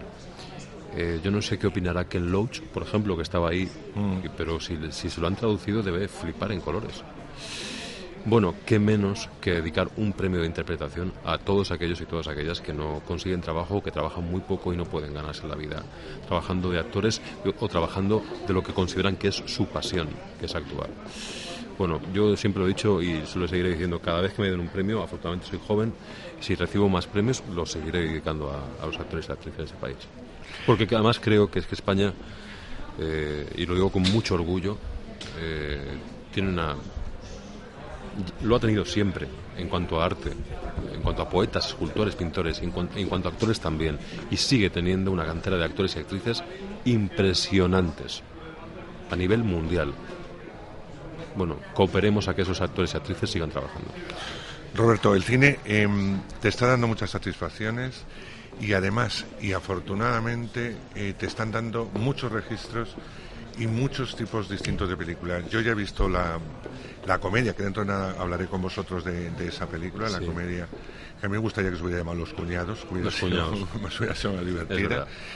Eh, yo no sé qué opinará Ken Loach, por ejemplo, que estaba ahí, mm. pero si, si se lo han traducido debe flipar en colores. Bueno, qué menos que dedicar un premio de interpretación a todos aquellos y todas aquellas que no consiguen trabajo, que trabajan muy poco y no pueden ganarse la vida trabajando de actores o trabajando de lo que consideran que es su pasión, que es actuar. Bueno, yo siempre lo he dicho y se lo seguiré diciendo, cada vez que me den un premio, afortunadamente soy joven, si recibo más premios, los seguiré dedicando a, a los actores y actrices de ese país. Porque además creo que es que España, eh, y lo digo con mucho orgullo, eh, tiene una... lo ha tenido siempre en cuanto a arte, en cuanto a poetas, escultores, pintores, en cuanto, en cuanto a actores también, y sigue teniendo una cantera de actores y actrices impresionantes a nivel mundial. Bueno, cooperemos a que esos actores y actrices sigan trabajando. Roberto, el cine eh, te está dando muchas satisfacciones y además, y afortunadamente, eh, te están dando muchos registros y muchos tipos distintos de películas. Yo ya he visto la, la comedia, que dentro de nada hablaré con vosotros de, de esa película, la sí. comedia, que a mí me gustaría que se hubiera llamado Los Cuñados, que hubiera, Los sido, Cuñados. hubiera sido más divertida.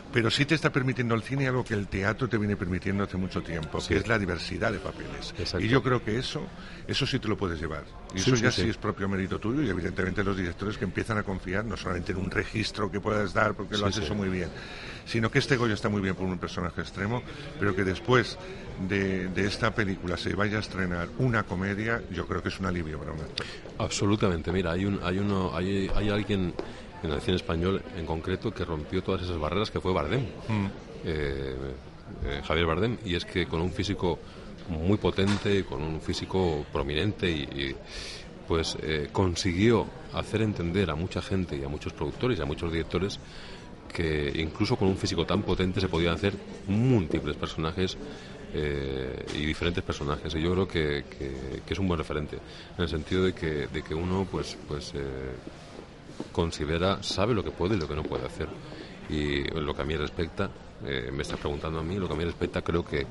pero sí te está permitiendo el cine algo que el teatro te viene permitiendo hace mucho tiempo, Sí. que es la diversidad de papeles. Exacto. Y yo creo que eso, eso sí te lo puedes llevar. Y Sí, eso sí, ya sí. sí es propio mérito tuyo y evidentemente los directores que empiezan a confiar no solamente en un registro que puedas dar porque lo Sí, has sí. hecho muy bien, sino que este Goya está muy bien por un personaje extremo, pero que después de, de esta película se vaya a estrenar una comedia, yo creo que es un alivio para un actor. Absolutamente. Mira, hay un, hay uno, hay, hay alguien en el cine español en concreto que rompió todas esas barreras, que fue Bardem, Mm. eh, eh, Javier Bardem, y es que con un físico muy potente, con un físico prominente y, y, pues eh, consiguió hacer entender a mucha gente y a muchos productores y a muchos directores que incluso con un físico tan potente se podían hacer múltiples personajes eh, y diferentes personajes, y yo creo que, que, que es un buen referente en el sentido de que, de que uno pues pues eh, considera, sabe lo que puede y lo que no puede hacer, y en lo que a mí respecta, eh, me estás preguntando a mí, lo que a mí respecta, creo que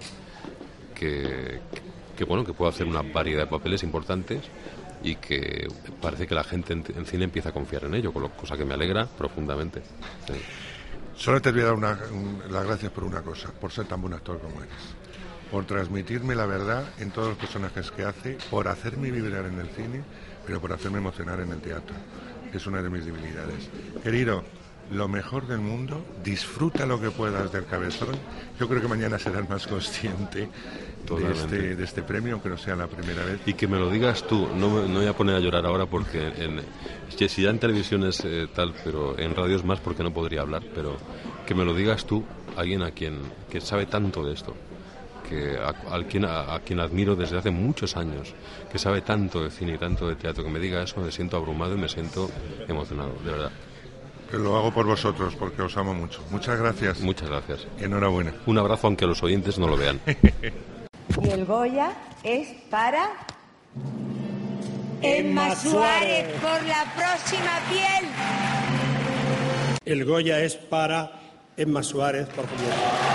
que, que bueno, que puedo hacer una variedad de papeles importantes y que parece que la gente en, en cine empieza a confiar en ello, con lo, cosa que me alegra profundamente. Sí. Solo te voy a dar una, un, las gracias por una cosa, por ser tan buen actor como eres, por transmitirme la verdad en todos los personajes que hace, por hacerme vibrar en el cine, pero por hacerme emocionar en el teatro, que es una de mis debilidades. Querido, lo mejor del mundo, disfruta lo que puedas del Cabezón. Yo creo que mañana serás más consciente de este, de este premio, aunque no sea la primera vez. Y que me lo digas tú, no me no voy a poner a llorar ahora porque en, que si ya en televisión es eh, tal, pero en radio es más porque no podría hablar, pero que me lo digas tú, alguien a quien que sabe tanto de esto, que a, a, quien, a, a quien admiro desde hace muchos años, que sabe tanto de cine y tanto de teatro, que me diga eso, me siento abrumado y me siento emocionado, de verdad. Pero lo hago por vosotros, porque os amo mucho. Muchas gracias. Muchas gracias. Y enhorabuena. Un abrazo, aunque los oyentes no lo vean. Y el Goya es para Emma Suárez por La próxima piel. El Goya es para Emma Suárez por Julieta.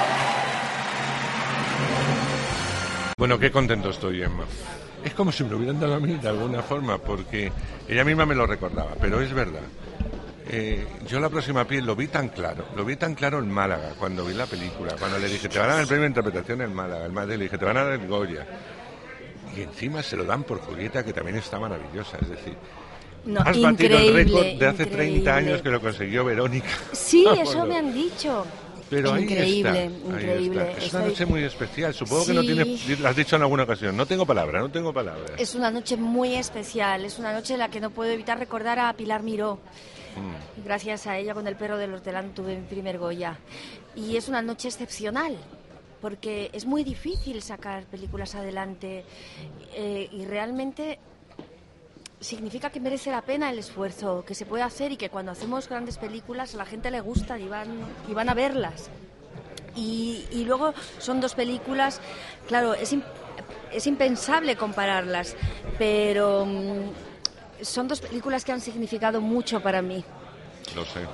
Bueno, qué contento estoy, Emma. Es como si me lo hubieran dado a mí de alguna forma, porque ella misma me lo recordaba, pero es verdad. Eh, yo La próxima piel lo vi tan claro, lo vi tan claro en Málaga, cuando vi la película, cuando le dije, te van a dar el premio de interpretación en Málaga, el Madrid le dije, te van a dar el Goya. Y encima se lo dan por Julieta, que también está maravillosa, es decir... No, has batido el récord de hace increíble. treinta años que lo consiguió Verónica. Sí, Vámonos. eso me han dicho. Pero increíble, ahí está, increíble. ahí está. Es una Estoy- noche muy especial. Supongo que no Sí. tienes, lo has dicho en alguna ocasión. No tengo palabra, no tengo palabras. Es una noche muy especial, es una noche en la que no puedo evitar recordar a Pilar Miró. Mm. Gracias a ella, con El perro del hortelano, tuve mi primer Goya. Y es una noche excepcional, porque es muy difícil sacar películas adelante eh, y realmente significa que merece la pena el esfuerzo que se puede hacer y que cuando hacemos grandes películas a la gente le gusta y van, y van a verlas. Y, y luego son dos películas, claro, es, im- es impensable compararlas, pero mm, son dos películas que han significado mucho para mí. Lo sé.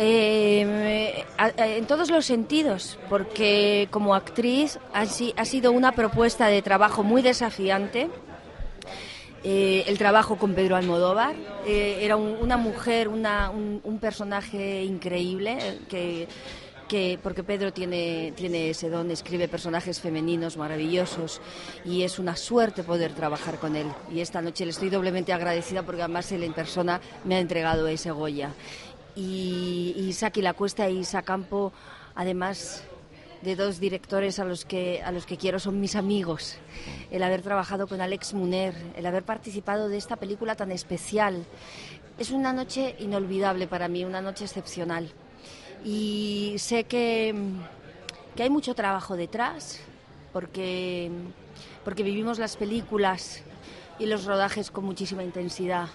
Eh, a- a- en todos los sentidos, porque como actriz ha, si- ha sido una propuesta de trabajo muy desafiante. Eh, el trabajo con Pedro Almodóvar eh, era un- una mujer, una- un, un personaje increíble eh, que, que porque Pedro tiene, tiene ese don, escribe personajes femeninos maravillosos y es una suerte poder trabajar con él. Y esta noche le estoy doblemente agradecida porque además él en persona me ha entregado ese Goya. Y, y Isaac y la Cuesta y Isaac Campo, además de dos directores a los que a los que quiero, son mis amigos. El haber trabajado con Alex Muner, el haber participado de esta película tan especial, es una noche inolvidable para mí, una noche excepcional. Y sé que, que hay mucho trabajo detrás, porque, porque vivimos las películas y los rodajes con muchísima intensidad.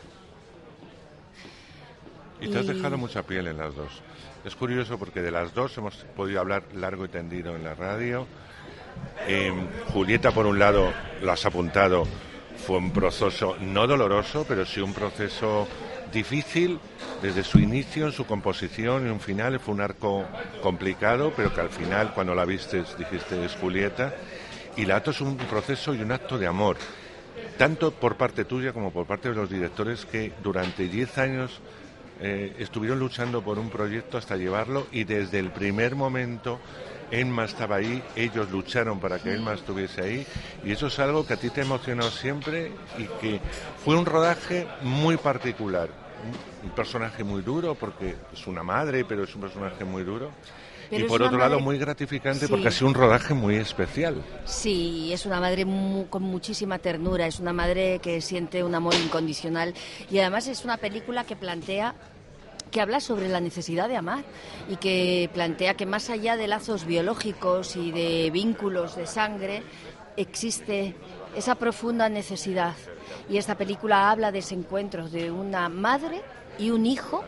Y te has Y- dejado mucha piel en las dos. Es curioso porque de las dos hemos podido hablar largo y tendido en la radio. Eh, Julieta, por un lado, lo has apuntado, fue un proceso no doloroso, pero sí un proceso difícil desde su inicio, en su composición y un final. Fue un arco complicado, pero que al final, cuando la viste, dijiste es Julieta. Y la otra es un proceso y un acto de amor, tanto por parte tuya como por parte de los directores, que durante diez años eh, estuvieron luchando por un proyecto hasta llevarlo y desde el primer momento Emma estaba ahí, ellos lucharon para que Emma estuviese ahí y eso es algo que a ti te ha emocionado siempre y que fue un rodaje muy particular, un, un personaje muy duro porque es una madre, pero es un personaje muy duro. Pero y por otro madre... lado muy gratificante sí. porque ha sido un rodaje muy especial. Sí, es una madre mu con muchísima ternura, es una madre que siente un amor incondicional y además es una película que plantea, que habla sobre la necesidad de amar y que plantea que más allá de lazos biológicos y de vínculos de sangre existe esa profunda necesidad y esta película habla de ese encuentro de una madre y un hijo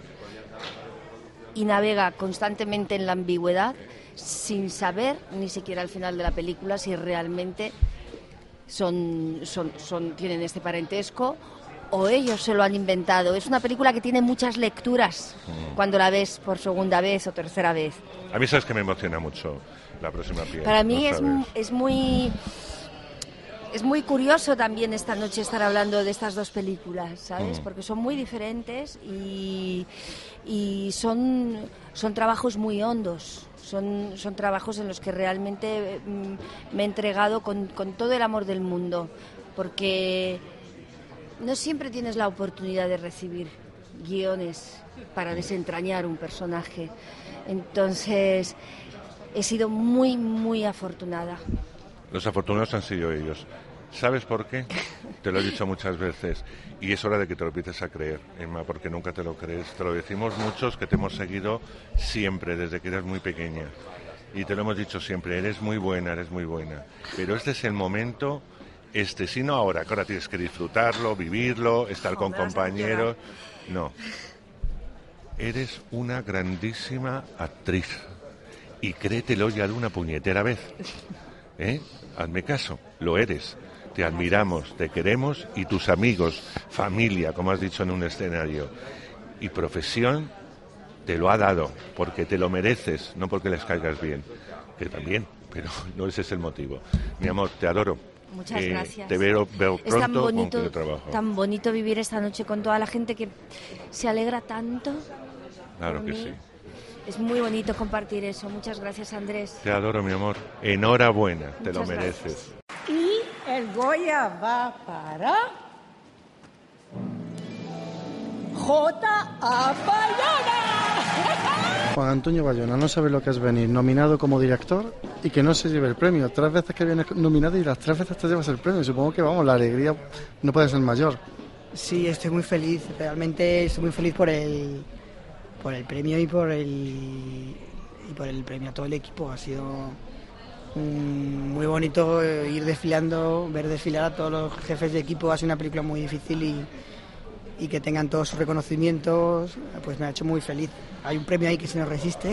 y navega constantemente en la ambigüedad sin saber ni siquiera al final de la película si realmente son, son, son, tienen este parentesco o ellos se lo han inventado. Es una película que tiene muchas lecturas mm. cuando la ves por segunda vez o tercera vez. A mí sabes que me emociona mucho La próxima piel. Para mí es, es muy... Es muy curioso también esta noche estar hablando de estas dos películas, ¿sabes? Mm. Porque son muy diferentes y, y son, son trabajos muy hondos. Son, son trabajos en los que realmente mm, me he entregado con, con todo el amor del mundo. Porque no siempre tienes la oportunidad de recibir guiones para desentrañar un personaje. Entonces, he sido muy, muy afortunada. Los afortunados han sido ellos. ¿Sabes por qué? Te lo he dicho muchas veces. Y es hora de que te lo empieces a creer, Emma, porque nunca te lo crees. Te lo decimos muchos que te hemos seguido siempre, desde que eras muy pequeña. Y te lo hemos dicho siempre, eres muy buena, eres muy buena. Pero este es el momento, este, si no ahora, que ahora tienes que disfrutarlo, vivirlo, estar con compañeros. No. Eres una grandísima actriz. Y créetelo ya de una puñetera vez. ¿Eh? Hazme caso, lo eres. Te admiramos, te queremos y tus amigos, familia, como has dicho en un escenario, y profesión te lo ha dado porque te lo mereces, no porque les caigas bien, que también, pero no ese es el motivo. Mi amor, te adoro. Muchas eh, gracias. Te veo, veo pronto. Es tan bonito, con que trabajo. Tan bonito vivir esta noche con toda la gente que se alegra tanto. Claro que mí. sí. Es muy bonito compartir eso. Muchas gracias, Andrés. Te adoro, mi amor. Enhorabuena, Muchas te lo mereces. Gracias. Y el Goya va para J A Bayona. Juan Antonio Bayona, no sabe lo que es venir nominado como director y que no se lleve el premio. Tres veces que vienes nominado y las tres veces te llevas el premio. Supongo que, vamos, la alegría no puede ser mayor. Sí, estoy muy feliz. Realmente estoy muy feliz por el... por el premio y por el y por el premio a todo el equipo. Ha sido um, muy bonito ir desfilando, ver desfilar a todos los jefes de equipo. Ha sido una película muy difícil y, y que tengan todos sus reconocimientos, pues me ha hecho muy feliz. Hay un premio ahí que se nos resiste,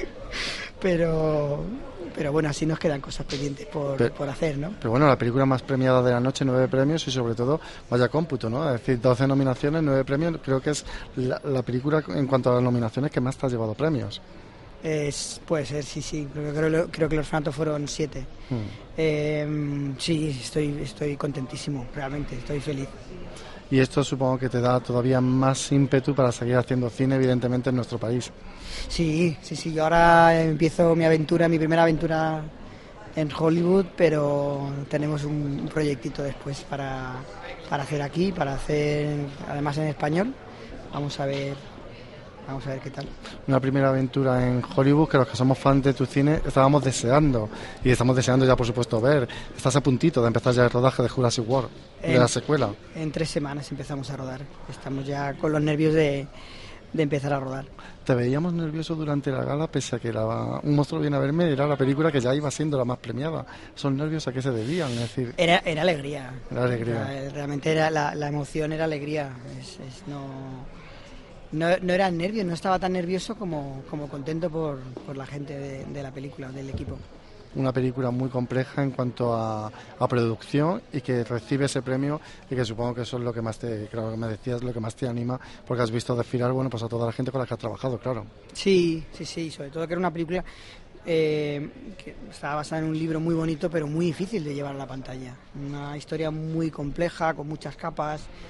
pero pero bueno, así nos quedan cosas pendientes por, pero, por hacer, ¿no? Pero bueno, la película más premiada de la noche, nueve premios y sobre todo, vaya cómputo, ¿no? Es decir, doce nominaciones, nueve premios, creo que es la, la película en cuanto a las nominaciones que más te ha llevado premios. Es, puede ser, sí, sí, creo, creo, creo que los orfanatos fueron siete. Hmm. Eh, sí, estoy, estoy contentísimo, realmente, estoy feliz. Y esto supongo que te da todavía más ímpetu para seguir haciendo cine, evidentemente, en nuestro país. Sí, sí, sí. Yo ahora empiezo mi aventura, mi primera aventura en Hollywood, pero tenemos un proyectito después para, para hacer aquí, para hacer además en español. Vamos a ver, vamos a ver qué tal. Una primera aventura en Hollywood que los que somos fans de tu cine estábamos deseando y estamos deseando ya, por supuesto, ver. Estás a puntito de empezar ya el rodaje de Jurassic World, en, de la secuela. En tres semanas empezamos a rodar. Estamos ya con los nervios de, de empezar a rodar. Te veíamos nervioso durante la gala, pese a que la, Un monstruo viene a verme era la película que ya iba siendo la más premiada. ¿Son nervios a qué se debían? Es decir, era, era alegría. Era alegría. O sea, realmente era la, la emoción era alegría. Es, es, no, no, no era nervios, no estaba tan nervioso como, como contento por, por la gente de, de la película, del equipo. Una película muy compleja en cuanto a, a producción y que recibe ese premio y que supongo que eso es lo que más te, creo que me decías, lo que más te anima, porque has visto desfilar, bueno, pues a toda la gente con la que has trabajado, claro. Sí, sí, sí, sobre todo que era una película eh, que estaba basada en un libro muy bonito, pero muy difícil de llevar a la pantalla. Una historia muy compleja, con muchas capas,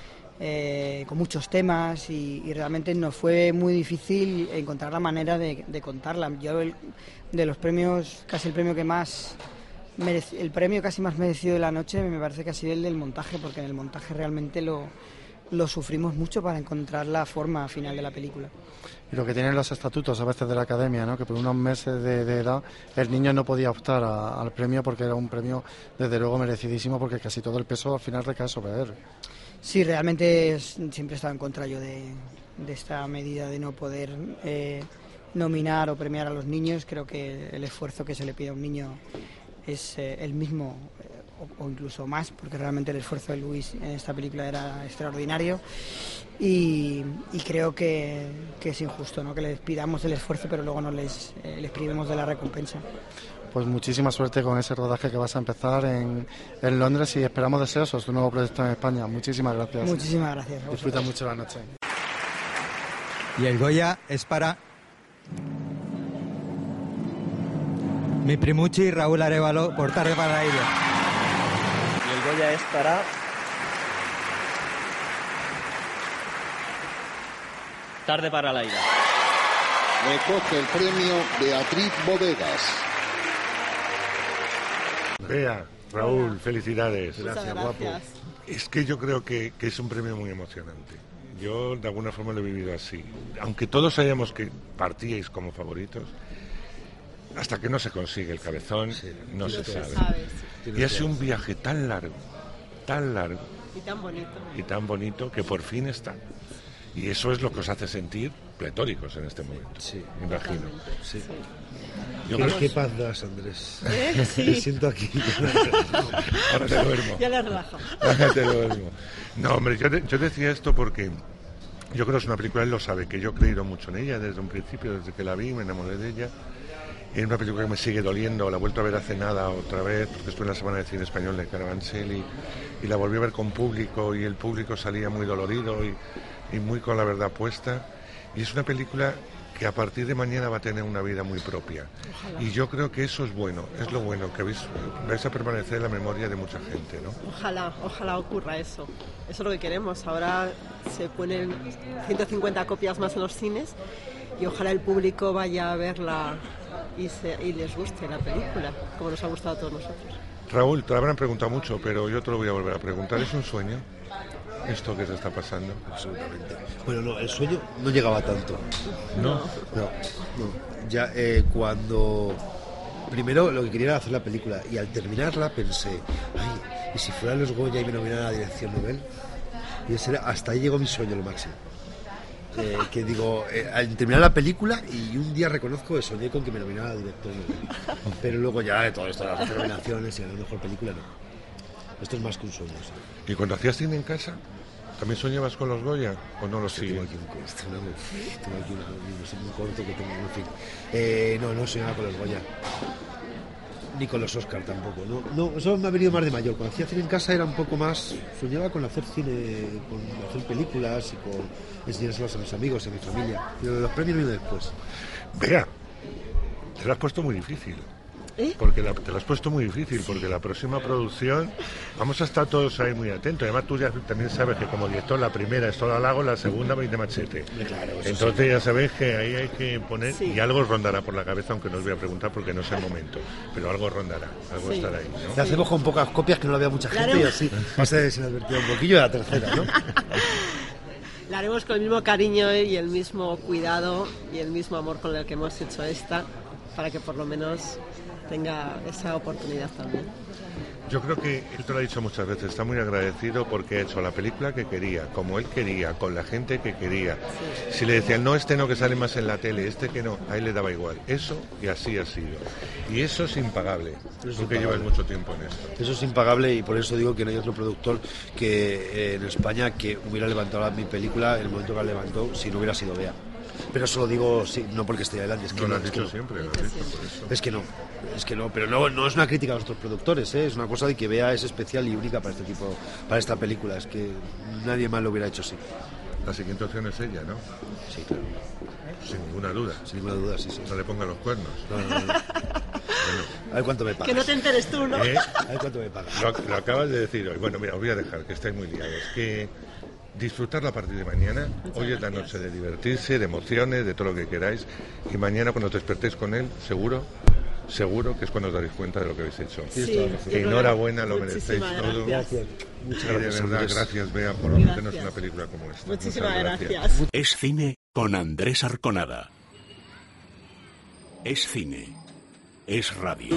eh, con muchos temas y, y realmente nos fue muy difícil encontrar la manera de, de contarla. Yo el, de los premios, casi el premio que más mereci, el premio casi más merecido de la noche me parece que ha sido el del montaje, porque en el montaje realmente lo, lo sufrimos mucho para encontrar la forma final de la película. Y lo que tienen los estatutos a veces de la academia, ¿no? Que por unos meses de, de edad el niño no podía optar a, al premio, porque era un premio desde luego merecidísimo, porque casi todo el peso al final recae sobre él. Sí, realmente es, siempre he estado en contra yo de, de esta medida de no poder eh, nominar o premiar a los niños. Creo que el esfuerzo que se le pide a un niño es eh, el mismo eh, o, o incluso más, porque realmente el esfuerzo de Luis en esta película era extraordinario y, y creo que, que es injusto, ¿no? Que les pidamos el esfuerzo pero luego no les, eh, les privemos de la recompensa. Pues muchísima suerte con ese rodaje que vas a empezar en, en Londres y esperamos deseosos tu nuevo proyecto en España. Muchísimas gracias. Muchísimas gracias. Disfruta mucho la noche. Y el Goya es para mi primuchi Raúl Arévalo por Tarde para la Ira. Y el Goya es para Tarde para la Ira. Recoge el premio Beatriz Bodegas. Bea, Raúl, felicidades. Gracias, guapo. Es que yo creo que, que es un premio muy emocionante. Yo de alguna forma lo he vivido así. Aunque todos sabíamos que partíais como favoritos, hasta que no se consigue el cabezón, sí, no se sabe. sabe sí. Y ha sido un viaje tan largo, tan largo. Y tan bonito. Y tan bonito que por fin está. Y eso es lo que os hace sentir pletóricos en este momento. Sí, me imagino. Sí. Sí. Yo ¿Qué, ¿Qué paz das, Andrés? ¿Eh? Sí. Me siento aquí. Ahora te duermo. Ya le relajo. Ahora te duermo. No, hombre, yo, de, yo decía esto porque yo creo que es una película, él lo sabe, que yo he creído mucho en ella desde un principio, desde que la vi, me enamoré de ella. Es una película que me sigue doliendo, la he vuelto a ver hace nada otra vez, porque estuve en la Semana de Cine Español de Carabanchel y, y la volví a ver con público y el público salía muy dolorido y, y muy con la verdad puesta. Y es una película que a partir de mañana va a tener una vida muy propia. Ojalá. Y yo creo que eso es bueno, es lo bueno, que vais, vais a permanecer en la memoria de mucha gente, ¿no? Ojalá, ojalá ocurra eso. Eso es lo que queremos. Ahora se ponen ciento cincuenta copias más en los cines y ojalá el público vaya a verla y, se, y les guste la película, como nos ha gustado a todos nosotros. Raúl, te lo habrán preguntado mucho, pero yo te lo voy a volver a preguntar. ¿Es un sueño esto que te está pasando? Absolutamente. Bueno, no, el sueño no llegaba tanto. ¿No? No, no. Ya eh, cuando... Primero lo que quería era hacer la película y al terminarla pensé, ay, ¿y si fuera los Goya y me nominara a la dirección Nobel? Y ese era, hasta ahí llegó mi sueño, lo máximo. Eh, que digo, eh, al terminar la película y un día reconozco que soñé con que me nominara a director Nobel. Pero luego ya de todo esto, las nominaciones y la mejor película, no. Esto es más que un sueño, ¿sí? ¿Y cuando hacías cine en casa, también soñabas con los Goya o no los sigues? Tengo aquí un corto, no, tengo aquí un, un corto que tengo, en fin. Eh, no, no soñaba con los Goya. Ni con los Oscar tampoco. No, no, eso me ha venido más de mayor. Cuando hacía cine en casa era un poco más... Soñaba con hacer cine, con hacer películas y con enseñárselos a mis amigos, a mi familia. Pero los premios vino después. Vea, te lo has puesto muy difícil. ¿Eh? Porque la, te lo has puesto muy difícil, porque la próxima producción vamos a estar todos ahí muy atentos. Además tú ya también sabes que como director la primera es Todo al Lago, la segunda veinte Machete. Claro, entonces sí. Ya sabéis que ahí hay que poner, sí. Y algo os rondará por la cabeza, aunque no os voy a preguntar porque no es el momento, pero algo rondará, algo sí. estará ahí, ¿no? La hacemos con pocas copias, que no la vea mucha gente, claro. Y así pasa desinadvertido un poquillo, la tercera, ¿no? La haremos con el mismo cariño y el mismo cuidado y el mismo amor con el que hemos hecho esta, para que por lo menos tenga esa oportunidad también. Yo creo que él te lo ha dicho muchas veces, está muy agradecido porque ha hecho la película que quería, como él quería, con la gente que quería. Sí. Si le decían, no, este no, que sale más en la tele, este que no, a él le daba igual. Eso, y así ha sido. Y eso es impagable, porque llevas mucho tiempo en esto. Eso es impagable y por eso digo que no hay otro productor que eh, en España que hubiera levantado mi película en el momento que la levantó si no hubiera sido Bea. Pero eso lo digo sí, no porque esté adelante, es que no, no, lo has dicho es que siempre, no. lo has dicho por eso. Es que no, es que no, pero no, no es una crítica a nuestros productores, ¿eh? Es una cosa de que Bea es especial y única para este tipo, para esta película, es que nadie más lo hubiera hecho así. La siguiente opción es ella, ¿no? Sí, claro. Sin ninguna duda. Sin ninguna duda, sí, sí. No le ponga los cuernos. No, no, no. Bueno, a ver cuánto me pagas. Que no te enteres tú, ¿no? ¿Eh? A ver cuánto me pagas. Lo, lo acabas de decir hoy. Bueno, mira, os voy a dejar, que estáis muy liados. Que disfrutarlo a partir de mañana. Muchas Hoy es la gracias. noche de divertirse, de emociones, de todo lo que queráis. Y mañana cuando os despertéis con él, seguro, seguro que es cuando os daréis cuenta de lo que habéis hecho. Sí, Enhorabuena, lo muchísimas merecéis todo. gracias. Muchas Y de gracias, verdad, Andrés. gracias, Bea, por Gracias. ofrecernos una película como esta. Muchísimas Muchas gracias. Es cine con Andrés Arconada. Es cine. Es radio.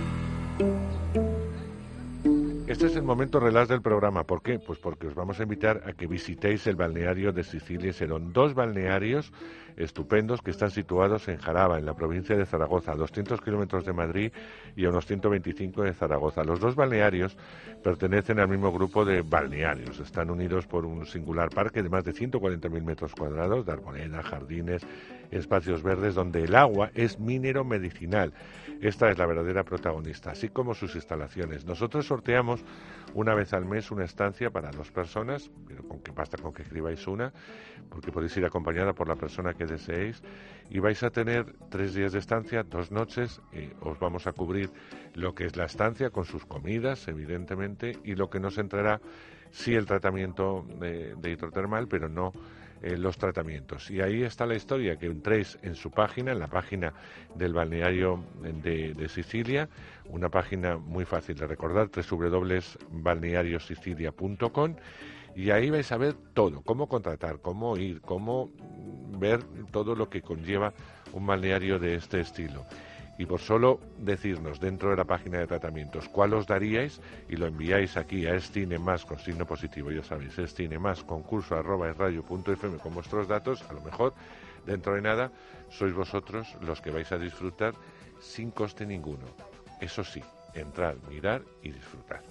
Este es el momento relax del programa. ¿Por qué? Pues porque os vamos a invitar a que visitéis el balneario de Sicilia y Serón. Dos balnearios estupendos que están situados en Jaraba, en la provincia de Zaragoza, a doscientos kilómetros de Madrid y a unos ciento veinticinco de Zaragoza. Los dos balnearios pertenecen al mismo grupo de balnearios. Están unidos por un singular parque de más de ciento cuarenta mil metros cuadrados, de arboleda, jardines, espacios verdes, donde el agua es minero medicinal. Esta es la verdadera protagonista, así como sus instalaciones. Nosotros sorteamos una vez al mes una estancia para dos personas, pero con que basta con que escribáis una, porque podéis ir acompañada por la persona que deseéis, y vais a tener tres días de estancia, dos noches. Eh, os vamos a cubrir lo que es la estancia con sus comidas, evidentemente, y lo que nos entrará, sí, el tratamiento de, de hidrotermal, pero no Eh, los tratamientos. Y ahí está la historia, que entréis en su página, en la página del balneario de, de Sicilia, una página muy fácil de recordar, doble u doble u doble u punto balneariosicilia punto com, y ahí vais a ver todo, cómo contratar, cómo ir, cómo ver todo lo que conlleva un balneario de este estilo. Y por solo decirnos dentro de la página de tratamientos cuál os daríais y lo enviáis aquí a Escine Más con signo positivo, ya sabéis, Escine Más concurso arroba esradio punto f m con vuestros datos, a lo mejor dentro de nada sois vosotros los que vais a disfrutar sin coste ninguno. Eso sí, entrar, mirar y disfrutar.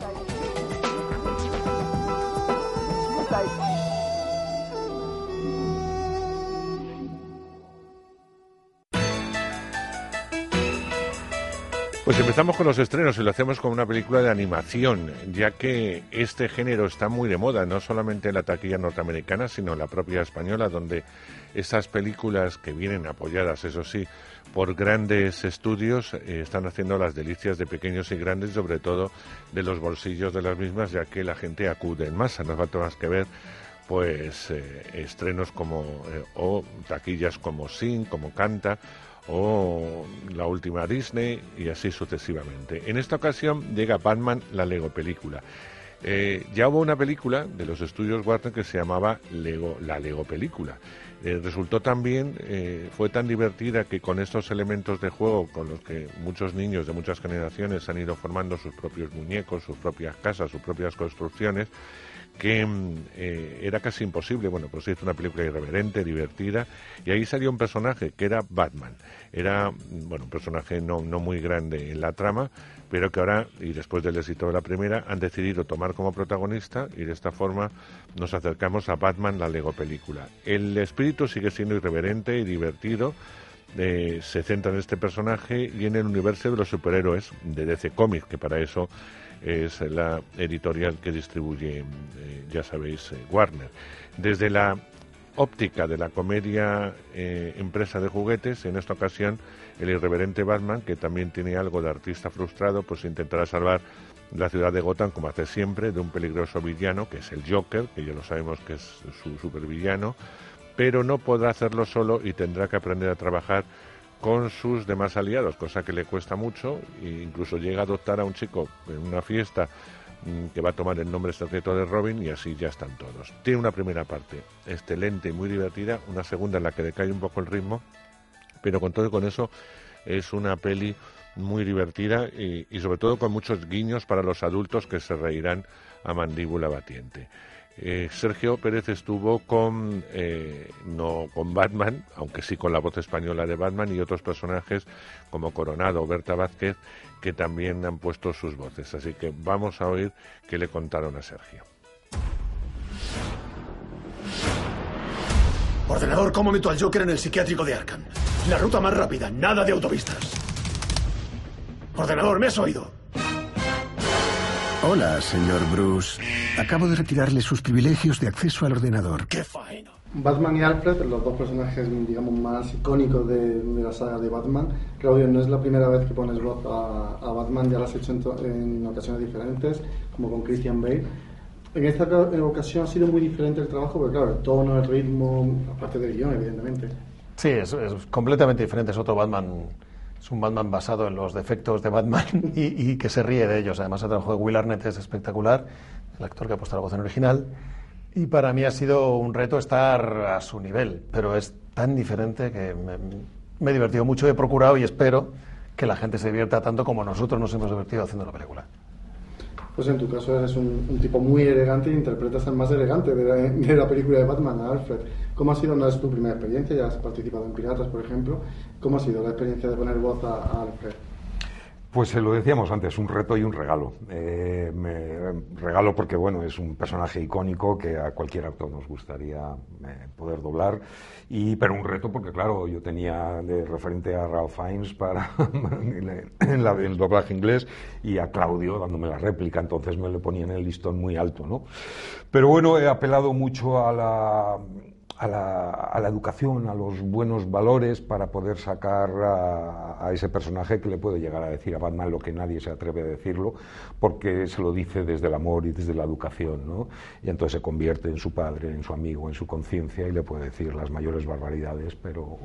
Pues empezamos con los estrenos y lo hacemos con una película de animación, ya que este género está muy de moda, no solamente en la taquilla norteamericana, sino en la propia española, donde esas películas que vienen apoyadas, eso sí, por grandes estudios, eh, están haciendo las delicias de pequeños y grandes, sobre todo de los bolsillos de las mismas, ya que la gente acude en masa, no falta más que ver pues eh, estrenos como, eh, o taquillas como Sing, como Canta, o la última Disney y así sucesivamente. En esta ocasión llega Batman, la Lego película. Eh, ya hubo una película de los estudios Warner que se llamaba Lego, la Lego película. Eh, resultó también, eh, fue tan divertida que con estos elementos de juego con los que muchos niños de muchas generaciones han ido formando sus propios muñecos, sus propias casas, sus propias construcciones, que eh, era casi imposible. Bueno, pues se hizo una película irreverente, divertida, y ahí salió un personaje que era Batman. Era, bueno, un personaje no, no muy grande en la trama, pero que ahora, y después del éxito de la primera, han decidido tomar como protagonista, y de esta forma nos acercamos a Batman, la Lego película. El espíritu sigue siendo irreverente y divertido. Eh, se centra en este personaje y en el universo de los superhéroes de D C Comics, que para eso es la editorial que distribuye, eh, ya sabéis, eh, Warner. Desde la óptica de la comedia eh, empresa de juguetes, en esta ocasión el irreverente Batman, que también tiene algo de artista frustrado, pues intentará salvar la ciudad de Gotham, como hace siempre, de un peligroso villano, que es el Joker, que ya lo sabemos que es su supervillano, pero no podrá hacerlo solo y tendrá que aprender a trabajar con sus demás aliados, cosa que le cuesta mucho, e incluso llega a adoptar a un chico en una fiesta mmm, que va a tomar el nombre secreto de Robin, y así ya están todos. Tiene una primera parte excelente y muy divertida, una segunda en la que decae un poco el ritmo, pero con todo y con eso es una peli muy divertida y, y sobre todo con muchos guiños para los adultos que se reirán a mandíbula batiente. Eh, Sergio Pérez estuvo con, eh, no con Batman, aunque sí con la voz española de Batman, y otros personajes como Coronado o Berta Vázquez, que también han puesto sus voces. Así que vamos a oír qué le contaron a Sergio. Ordenador, ¿cómo meto al Joker en el psiquiátrico de Arkham? La ruta más rápida, nada de autopistas. Ordenador, ¿me has oído? Hola, señor Bruce. Acabo de retirarle sus privilegios de acceso al ordenador. ¡Qué faena! Batman y Alfred, los dos personajes, digamos, más icónicos de, de la saga de Batman. Claudio, no es la primera vez que pones voz a, a Batman, ya lo has hecho en, to, en ocasiones diferentes, como con Christian Bale. En esta ocasión ha sido muy diferente el trabajo, porque claro, el tono, el ritmo, aparte del guión, evidentemente. Sí, es, es completamente diferente, es otro Batman, es un Batman basado en los defectos de Batman y, y que se ríe de ellos. Además el trabajo de Will Arnett es espectacular, el actor que ha puesto la voz en original, y para mí ha sido un reto estar a su nivel, pero es tan diferente que me, me he divertido mucho, he procurado y espero que la gente se divierta tanto como nosotros nos hemos divertido haciendo la película. Pues en tu caso eres un, un tipo muy elegante e interpretas al más elegante de la, de la película de Batman, a Alfred. ¿Cómo ha sido? No es tu primera experiencia, ya has participado en Piratas, por ejemplo. ¿Cómo ha sido la experiencia de poner voz a, a Alfred? Pues se lo decíamos antes, un reto y un regalo. Eh, me regalo porque, bueno, es un personaje icónico que a cualquier actor nos gustaría eh, poder doblar, y pero un reto porque, claro, yo tenía de referente a Ralph Fiennes para en, la, en el doblaje inglés y a Claudio dándome la réplica, entonces me le ponían el listón muy alto, ¿no? Pero bueno, he apelado mucho a la... A la, a la educación, a los buenos valores para poder sacar a, a ese personaje que le puede llegar a decir a Batman lo que nadie se atreve a decirlo, porque se lo dice desde el amor y desde la educación, ¿no? Y entonces se convierte en su padre, en su amigo, en su conciencia y le puede decir las mayores barbaridades, pero...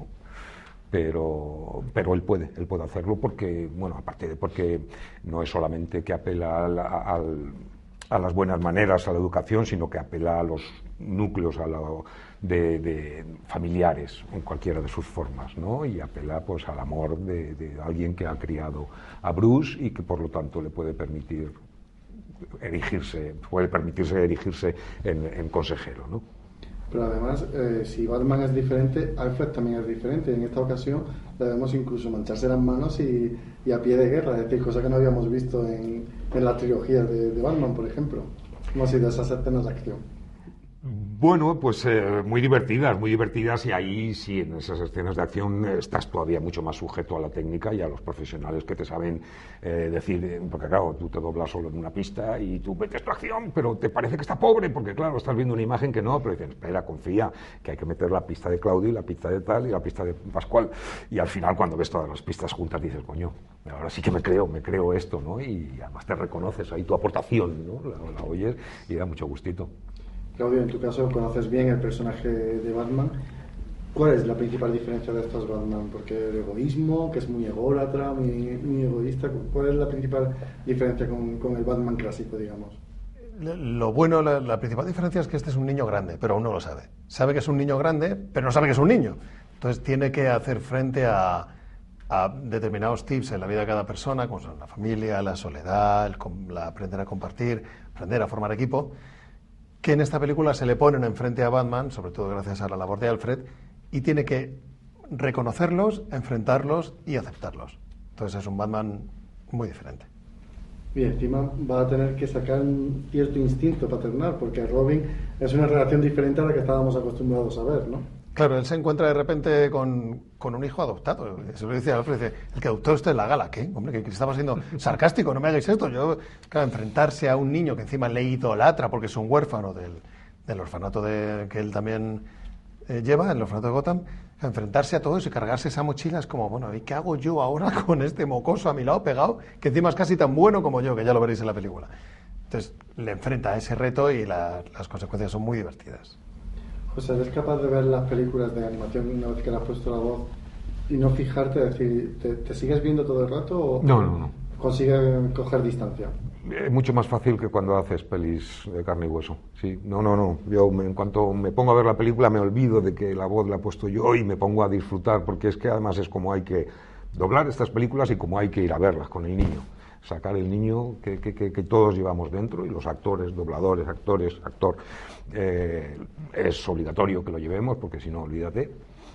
pero pero él puede, él puede hacerlo porque, bueno, aparte de porque no es solamente que apela al, al, a las buenas maneras, a la educación, sino que apela a los núcleos, a la... De, de familiares en cualquiera de sus formas, ¿no? Y apela pues al amor de, de alguien que ha criado a Bruce y que por lo tanto le puede permitir erigirse, puede permitirse erigirse en, en consejero, ¿no? Pero además, eh, si Batman es diferente, Alfred también es diferente. En esta ocasión le vemos incluso mancharse las manos y, y a pie de guerra, es decir, cosa que no habíamos visto en, en la trilogía de, de Batman, por ejemplo. ¿Cómo ha sido esas escenas de acción? Bueno, pues eh, muy divertidas, muy divertidas, y ahí sí, en esas escenas de acción eh, estás todavía mucho más sujeto a la técnica y a los profesionales que te saben eh, decir, porque claro, tú te doblas solo en una pista y tú metes tu acción, pero te parece que está pobre, porque claro, estás viendo una imagen que no, pero dicen, espera, confía, que hay que meter la pista de Claudio y la pista de tal y la pista de Pascual, y al final cuando ves todas las pistas juntas dices, coño, ahora sí que me creo, me creo esto, ¿no? Y además te reconoces ahí tu aportación, ¿no? La, la oyes y da mucho gustito. Claudio, en tu caso conoces bien el personaje de Batman. ¿Cuál es la principal diferencia de estos Batman? Porque el egoísmo, que es muy ególatra, muy, muy egoísta, ¿cuál es la principal diferencia con, con el Batman clásico, digamos? Lo bueno, la, la principal diferencia es que este es un niño grande, pero aún no lo sabe. Sabe que es un niño grande, pero no sabe que es un niño. Entonces tiene que hacer frente a, a determinados tips en la vida de cada persona, como son la familia, la soledad, el, la aprender a compartir, aprender a formar equipo, que en esta película se le ponen enfrente a Batman, sobre todo gracias a la labor de Alfred, y tiene que reconocerlos, enfrentarlos y aceptarlos. Entonces es un Batman muy diferente. Y encima va a tener que sacar un cierto instinto paternal, porque Robin es una relación diferente a la que estábamos acostumbrados a ver, ¿no? Claro, él se encuentra de repente con, con un hijo adoptado. Se lo dice a Alfred, dice, el que adoptó usted en la gala. ¿Qué? Hombre, que, que estaba siendo sarcástico, no me hagáis esto. Yo, claro, enfrentarse a un niño que encima le idolatra porque es un huérfano del, del orfanato de, que él también eh, lleva, el orfanato de Gotham, enfrentarse a todo eso y cargarse esa mochila es como, bueno, ¿y qué hago yo ahora con este mocoso a mi lado pegado, que encima es casi tan bueno como yo, que ya lo veréis en la película? Entonces, le enfrenta a ese reto y la, las consecuencias son muy divertidas. José, ¿eres capaz de ver las películas de animación una vez que le has puesto la voz y no fijarte, decir, ¿te, te sigues viendo todo el rato o no, no, no. consigues coger distancia? Es mucho más fácil que cuando haces pelis de carne y hueso. Sí, no, no, no. Yo me, en cuanto me pongo a ver la película me olvido de que la voz la he puesto yo y me pongo a disfrutar, porque es que además es como hay que doblar estas películas y como hay que ir a verlas con el niño. Sacar el niño que, que, que, que todos llevamos dentro, y los actores, dobladores, actores, actor, eh, es obligatorio que lo llevemos, porque si no, olvídate.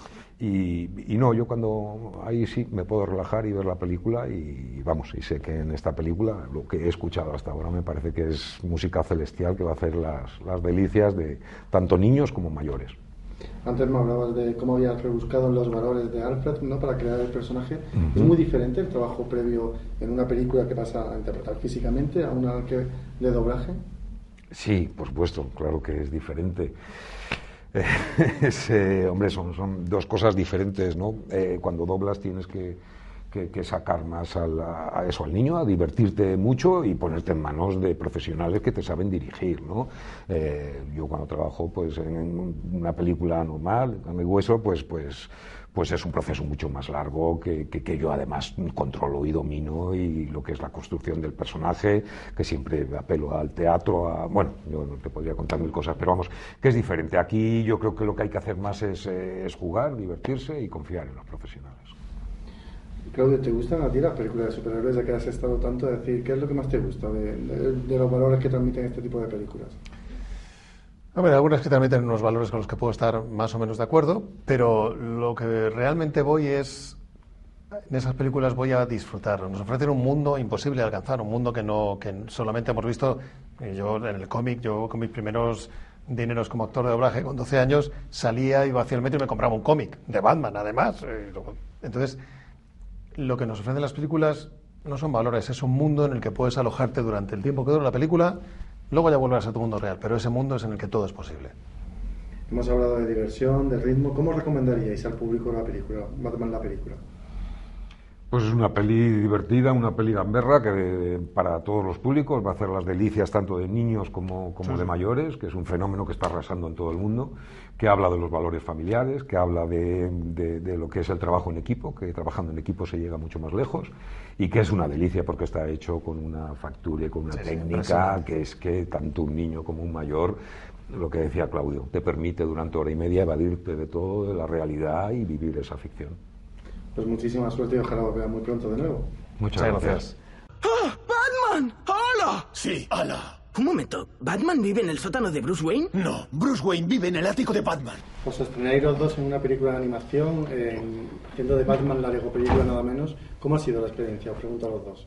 Y, y no, yo cuando ahí sí me puedo relajar y ver la película y vamos, y sé que en esta película lo que he escuchado hasta ahora me parece que es música celestial que va a hacer las, las delicias de tanto niños como mayores. Antes me hablabas de cómo habías rebuscado en los valores de Alfred, ¿no?, para crear el personaje. Uh-huh. ¿Es muy diferente el trabajo previo en una película que vas a interpretar físicamente a una que de doblaje? Sí, por supuesto, claro que es diferente. Eh, es, eh, hombre, son, son dos cosas diferentes, ¿no? Eh, cuando doblas tienes que, que, que sacar más a, la, a eso, al niño, a divertirte mucho y ponerte en manos de profesionales que te saben dirigir, ¿no? Eh, yo cuando trabajo pues en una película normal, carne y hueso, pues, pues, pues es un proceso mucho más largo que, que, que yo además controlo y domino, y lo que es la construcción del personaje, que siempre apelo al teatro, a, bueno, yo no te podría contar mil cosas, pero vamos, que es diferente. Aquí yo creo que lo que hay que hacer más es, eh, es jugar, divertirse y confiar en los profesionales. Claudio, ¿te gustan a ti las películas de superhéroes, ya que has estado tanto? Es decir, ¿qué es lo que más te gusta de, de, de los valores que transmiten este tipo de películas? Hombre, hay algunas que transmiten unos valores con los que puedo estar más o menos de acuerdo, pero lo que realmente voy es, en esas películas voy a disfrutar. Nos ofrecen un mundo imposible de alcanzar, un mundo que no que solamente hemos visto. Yo en el cómic, yo con mis primeros dineros como actor de doblaje, con doce años, salía, iba hacia el metro y me compraba un cómic de Batman, además. Entonces, lo que nos ofrecen las películas no son valores, es un mundo en el que puedes alojarte durante el tiempo que dura la película. Luego ya vuelves a tu mundo real, pero ese mundo es en el que todo es posible. Hemos hablado de diversión, de ritmo. ¿Cómo recomendaríais al público la película, Batman la película? Pues es una peli divertida, una peli gamberra que para todos los públicos va a hacer las delicias tanto de niños como, como sí, de mayores, que es un fenómeno que está arrasando en todo el mundo, que habla de los valores familiares, que habla de, de, de lo que es el trabajo en equipo, que trabajando en equipo se llega mucho más lejos, y que es una delicia porque está hecho con una factura y con una sí, técnica que es que tanto un niño como un mayor, lo que decía Claudio, te permite durante hora y media evadirte de todo, de la realidad y vivir esa ficción. Pues muchísima suerte y ojalá os vea muy pronto de nuevo. Muchas, Muchas gracias. gracias. ¡Oh, Batman! ¡Hola! Sí, hola. Un momento, ¿Batman vive en el sótano de Bruce Wayne? No, Bruce Wayne vive en el ático de Batman. Os estrenáis los dos en una película de animación, eh, haciendo de Batman la Lego película nada menos. ¿Cómo ha sido la experiencia? Os pregunto a los dos.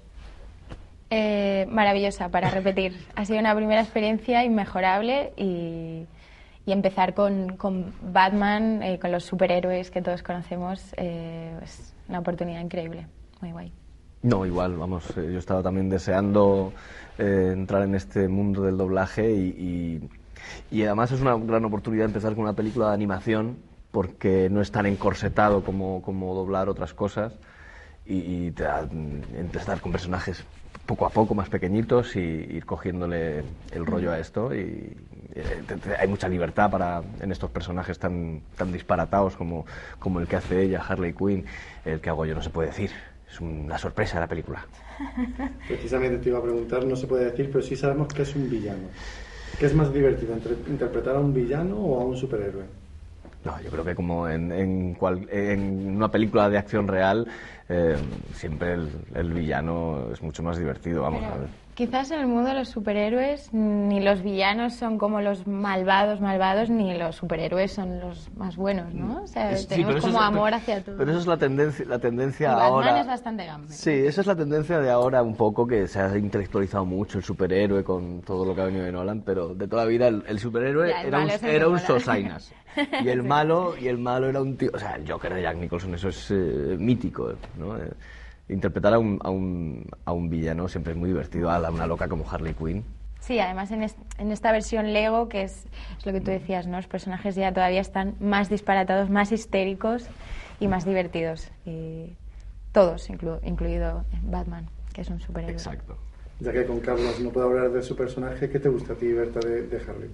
Eh, maravillosa, para repetir. Ha sido una primera experiencia inmejorable y... Y empezar con, con Batman, eh, con los superhéroes que todos conocemos, eh, es una oportunidad increíble, muy guay. No, igual, vamos, eh, yo estaba también deseando eh, entrar en este mundo del doblaje y, y, y además es una gran oportunidad empezar con una película de animación porque no es tan encorsetado como, como doblar otras cosas y, y te da, empezar con personajes poco a poco más pequeñitos y ir cogiéndole el rollo a esto y eh, te, te, hay mucha libertad para en estos personajes tan tan disparatados como, como el que hace ella, Harley Quinn. El que hago yo no se puede decir, es una sorpresa de la película. Precisamente te iba a preguntar, no se puede decir, pero sí sabemos que es un villano. ¿Qué es más divertido, entre, interpretar a un villano o a un superhéroe? No, yo creo que como en, en, cual, en una película de acción real, eh, siempre el, el villano es mucho más divertido, vamos Pero a ver. Quizás en el mundo de los superhéroes ni los villanos son como los malvados malvados, ni los superhéroes son los más buenos, ¿no? O sea, Es, tenemos sí, como es, amor pero, hacia todo. Pero eso es la tendencia, la tendencia y Batman ahora... es bastante gambe. Sí, esa es la tendencia de ahora un poco, que se ha intelectualizado mucho el superhéroe con todo lo que ha venido de Nolan, pero de toda la vida el, el superhéroe ya, el era un, era un sosainas. Y el malo, y el malo era un tío... O sea, el Joker de Jack Nicholson, eso es eh, mítico, ¿no? Eh, interpretar a un, a, un, a un villano siempre es muy divertido, a una loca como Harley Quinn. Sí, además en, est en esta versión Lego, que es, es lo que tú decías, ¿no? Los personajes ya todavía están más disparatados, más histéricos y más divertidos. Y todos, inclu incluido Batman, que es un superhéroe. Exacto. Ya que con Carlos no puedo hablar de su personaje, ¿qué te gusta a ti, Berta, de, de Harley?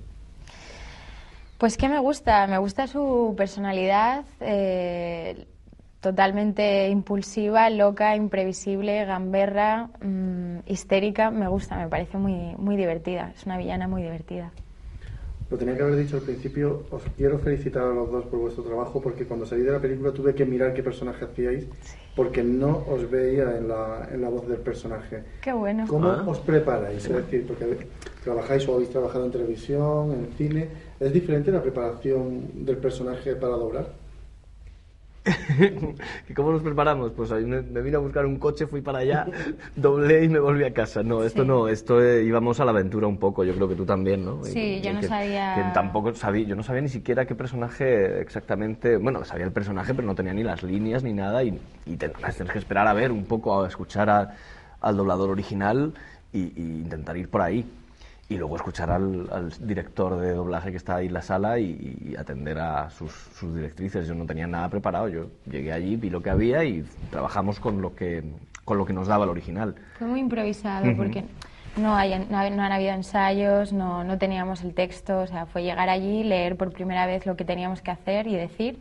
Pues que me gusta, me gusta su personalidad, eh, totalmente impulsiva, loca, imprevisible, gamberra, mmm, histérica. Me gusta, me parece muy, muy divertida. Es una villana muy divertida. Lo tenía que haber dicho al principio. Os quiero felicitar a los dos por vuestro trabajo, porque cuando salí de la película tuve que mirar qué personaje hacíais, sí, porque no os veía en la, en la voz del personaje. Qué bueno. ¿Cómo ah. os preparáis? Es decir, porque trabajáis o habéis trabajado en televisión, en cine. ¿Es diferente la preparación del personaje para doblar? ¿Y cómo nos preparamos? Pues ahí me, me vine a buscar un coche, fui para allá, doblé y me volví a casa. No, esto sí. no, esto eh, íbamos a la aventura un poco, yo creo que tú también, ¿no? Sí, y, yo y no que, sabía... Que tampoco sabía, yo no sabía ni siquiera qué personaje exactamente... Bueno, sabía el personaje, pero no tenía ni las líneas ni nada y, y ten, tienes que esperar a ver un poco, a escuchar a, al doblador original y, y intentar ir por ahí. y luego escuchar al, al director de doblaje que está ahí en la sala y, y atender a sus, sus directrices. Yo no tenía nada preparado, yo llegué allí, vi lo que había y trabajamos con lo que, con lo que nos daba el original. Fue muy improvisado uh-huh. porque no, hay, no, no han habido ensayos, no, no teníamos el texto, o sea, fue llegar allí, leer por primera vez lo que teníamos que hacer y decir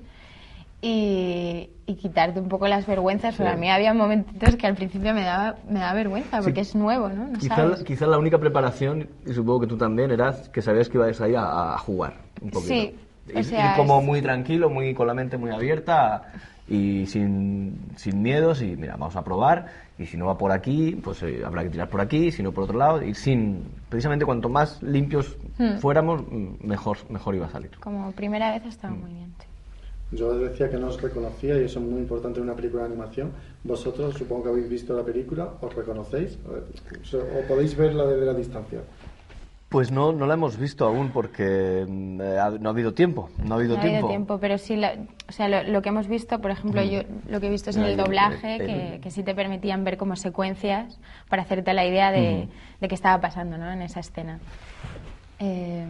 y, y quitarte un poco las vergüenzas, sí. Porque a mí había momentos que al principio me daba, me daba vergüenza porque sí. Es nuevo, ¿no? No quizá, sabes. Quizá la única preparación, y supongo que tú también, era que sabías que ibas a ir a, a jugar un poquito. Sí. Ir, o sea, ir como es... muy tranquilo, muy con la mente muy abierta y sin, sin miedos y mira, vamos a probar y si no va por aquí, pues eh, habrá que tirar por aquí, si no por otro lado y sin, precisamente cuanto más limpios hmm. fuéramos, mejor, mejor iba a salir. Como primera vez estaba hmm. muy bien. Sí. Yo os decía que no os reconocía y eso es muy importante en una película de animación. Vosotros, supongo que habéis visto la película, ¿os reconocéis? ¿O podéis verla desde la distancia? Pues no, no la hemos visto aún porque eh, no ha habido tiempo, no ha habido no tiempo. ha habido tiempo, pero sí, la, o sea, lo, lo que hemos visto, por ejemplo, mm. yo lo que he visto es en el doblaje, que, que sí te permitían ver como secuencias para hacerte la idea de, mm. de qué estaba pasando, ¿no? En esa escena. Eh...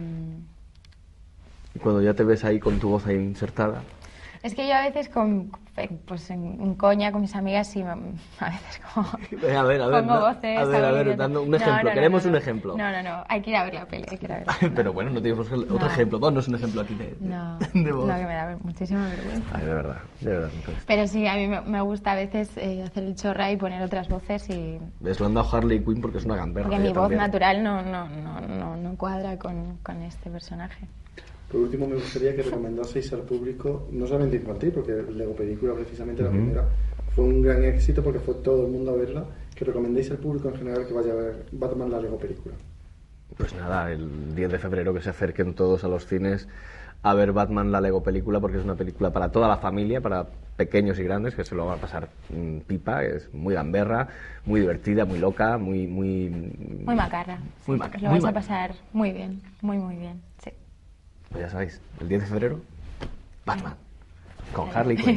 Y cuando ya te ves ahí con tu voz ahí insertada... Es que yo a veces con, pues en, en coña con mis amigas sí, a veces como a ver, a ver, pongo no, voces. A ver, a ver, dando un ejemplo, no, no, queremos no, no, un ejemplo. No, no, no, hay que ir a ver la peli, hay que ir a ver la Pero bueno, no tenemos otro no. ejemplo, ponnos un ejemplo aquí de, no, de voz. No, que me da muchísima vergüenza. Ay, de verdad, de verdad. Entonces. Pero sí, a mí me, me gusta a veces eh, hacer el chorra y poner otras voces y... ¿Ves? Lo han dado Harley Quinn porque es una gamberra. Porque mi voz también. natural no, no, no, no, no cuadra con, con este personaje. Por último, me gustaría que recomendaseis al público, no solamente infantil, porque Lego Película, precisamente, uh-huh. la primera, fue un gran éxito porque fue todo el mundo a verla, que recomendéis al público en general que vaya a ver Batman la Lego Película. Pues nada, el diez de febrero que se acerquen todos a los cines a ver Batman la Lego Película, porque es una película para toda la familia, para pequeños y grandes, que se lo van a pasar mmm, pipa, es muy gamberra, muy divertida, muy loca, muy... Muy, muy macarra. Muy macarra. Lo vais a pasar muy bien, muy, muy bien, sí. Pues ya sabéis, el diez de febrero, Batman, con Harley Quinn.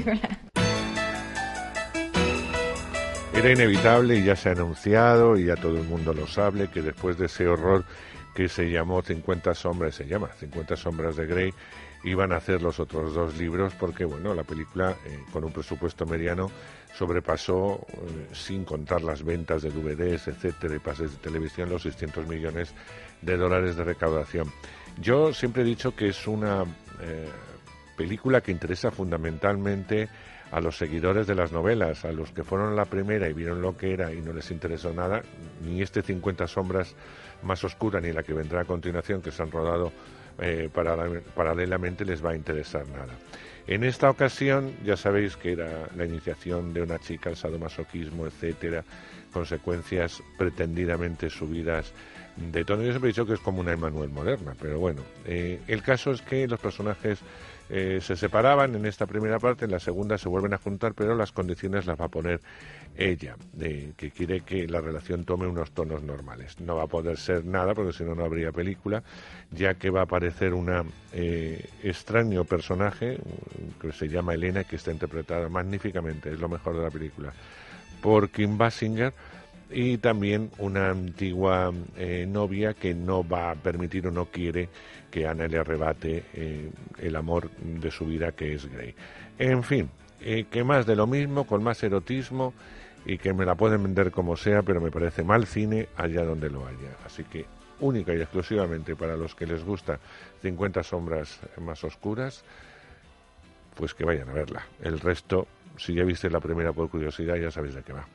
Era inevitable y ya se ha anunciado y ya todo el mundo lo sabe que después de ese horror que se llamó cincuenta sombras, se llama cincuenta sombras de Grey, iban a hacer los otros dos libros porque, bueno, la película eh, con un presupuesto mediano sobrepasó, eh, sin contar las ventas de D V Ds, etcétera, y pases de televisión, los seiscientos millones de dólares de recaudación. Yo siempre he dicho que es una eh, película que interesa fundamentalmente a los seguidores de las novelas, a los que fueron a la primera y vieron lo que era y no les interesó nada, ni este cincuenta sombras más oscura ni la que vendrá a continuación, que se han rodado eh, paral- paralelamente, les va a interesar nada. En esta ocasión ya sabéis que era la iniciación de una chica al sadomasoquismo, etcétera, consecuencias pretendidamente subidas de tono. Yo siempre he dicho que es como una Emmanuel moderna, pero bueno, eh, el caso es que los personajes eh, se separaban en esta primera parte, en la segunda se vuelven a juntar, pero las condiciones las va a poner ella, eh, que quiere que la relación tome unos tonos normales. No va a poder ser nada, porque si no, no habría película, ya que va a aparecer una eh, extraño personaje que se llama Elena, que está interpretada magníficamente, es lo mejor de la película, por Kim Basinger, y también una antigua eh, novia que no va a permitir o no quiere que Ana le arrebate eh, el amor de su vida, que es Grey. En fin, eh, que más de lo mismo, con más erotismo, y que me la pueden vender como sea, pero me parece mal cine allá donde lo haya. Así que única y exclusivamente para los que les gusta cincuenta sombras más oscuras, pues que vayan a verla. El resto, si ya viste la primera por curiosidad, ya sabéis de qué va.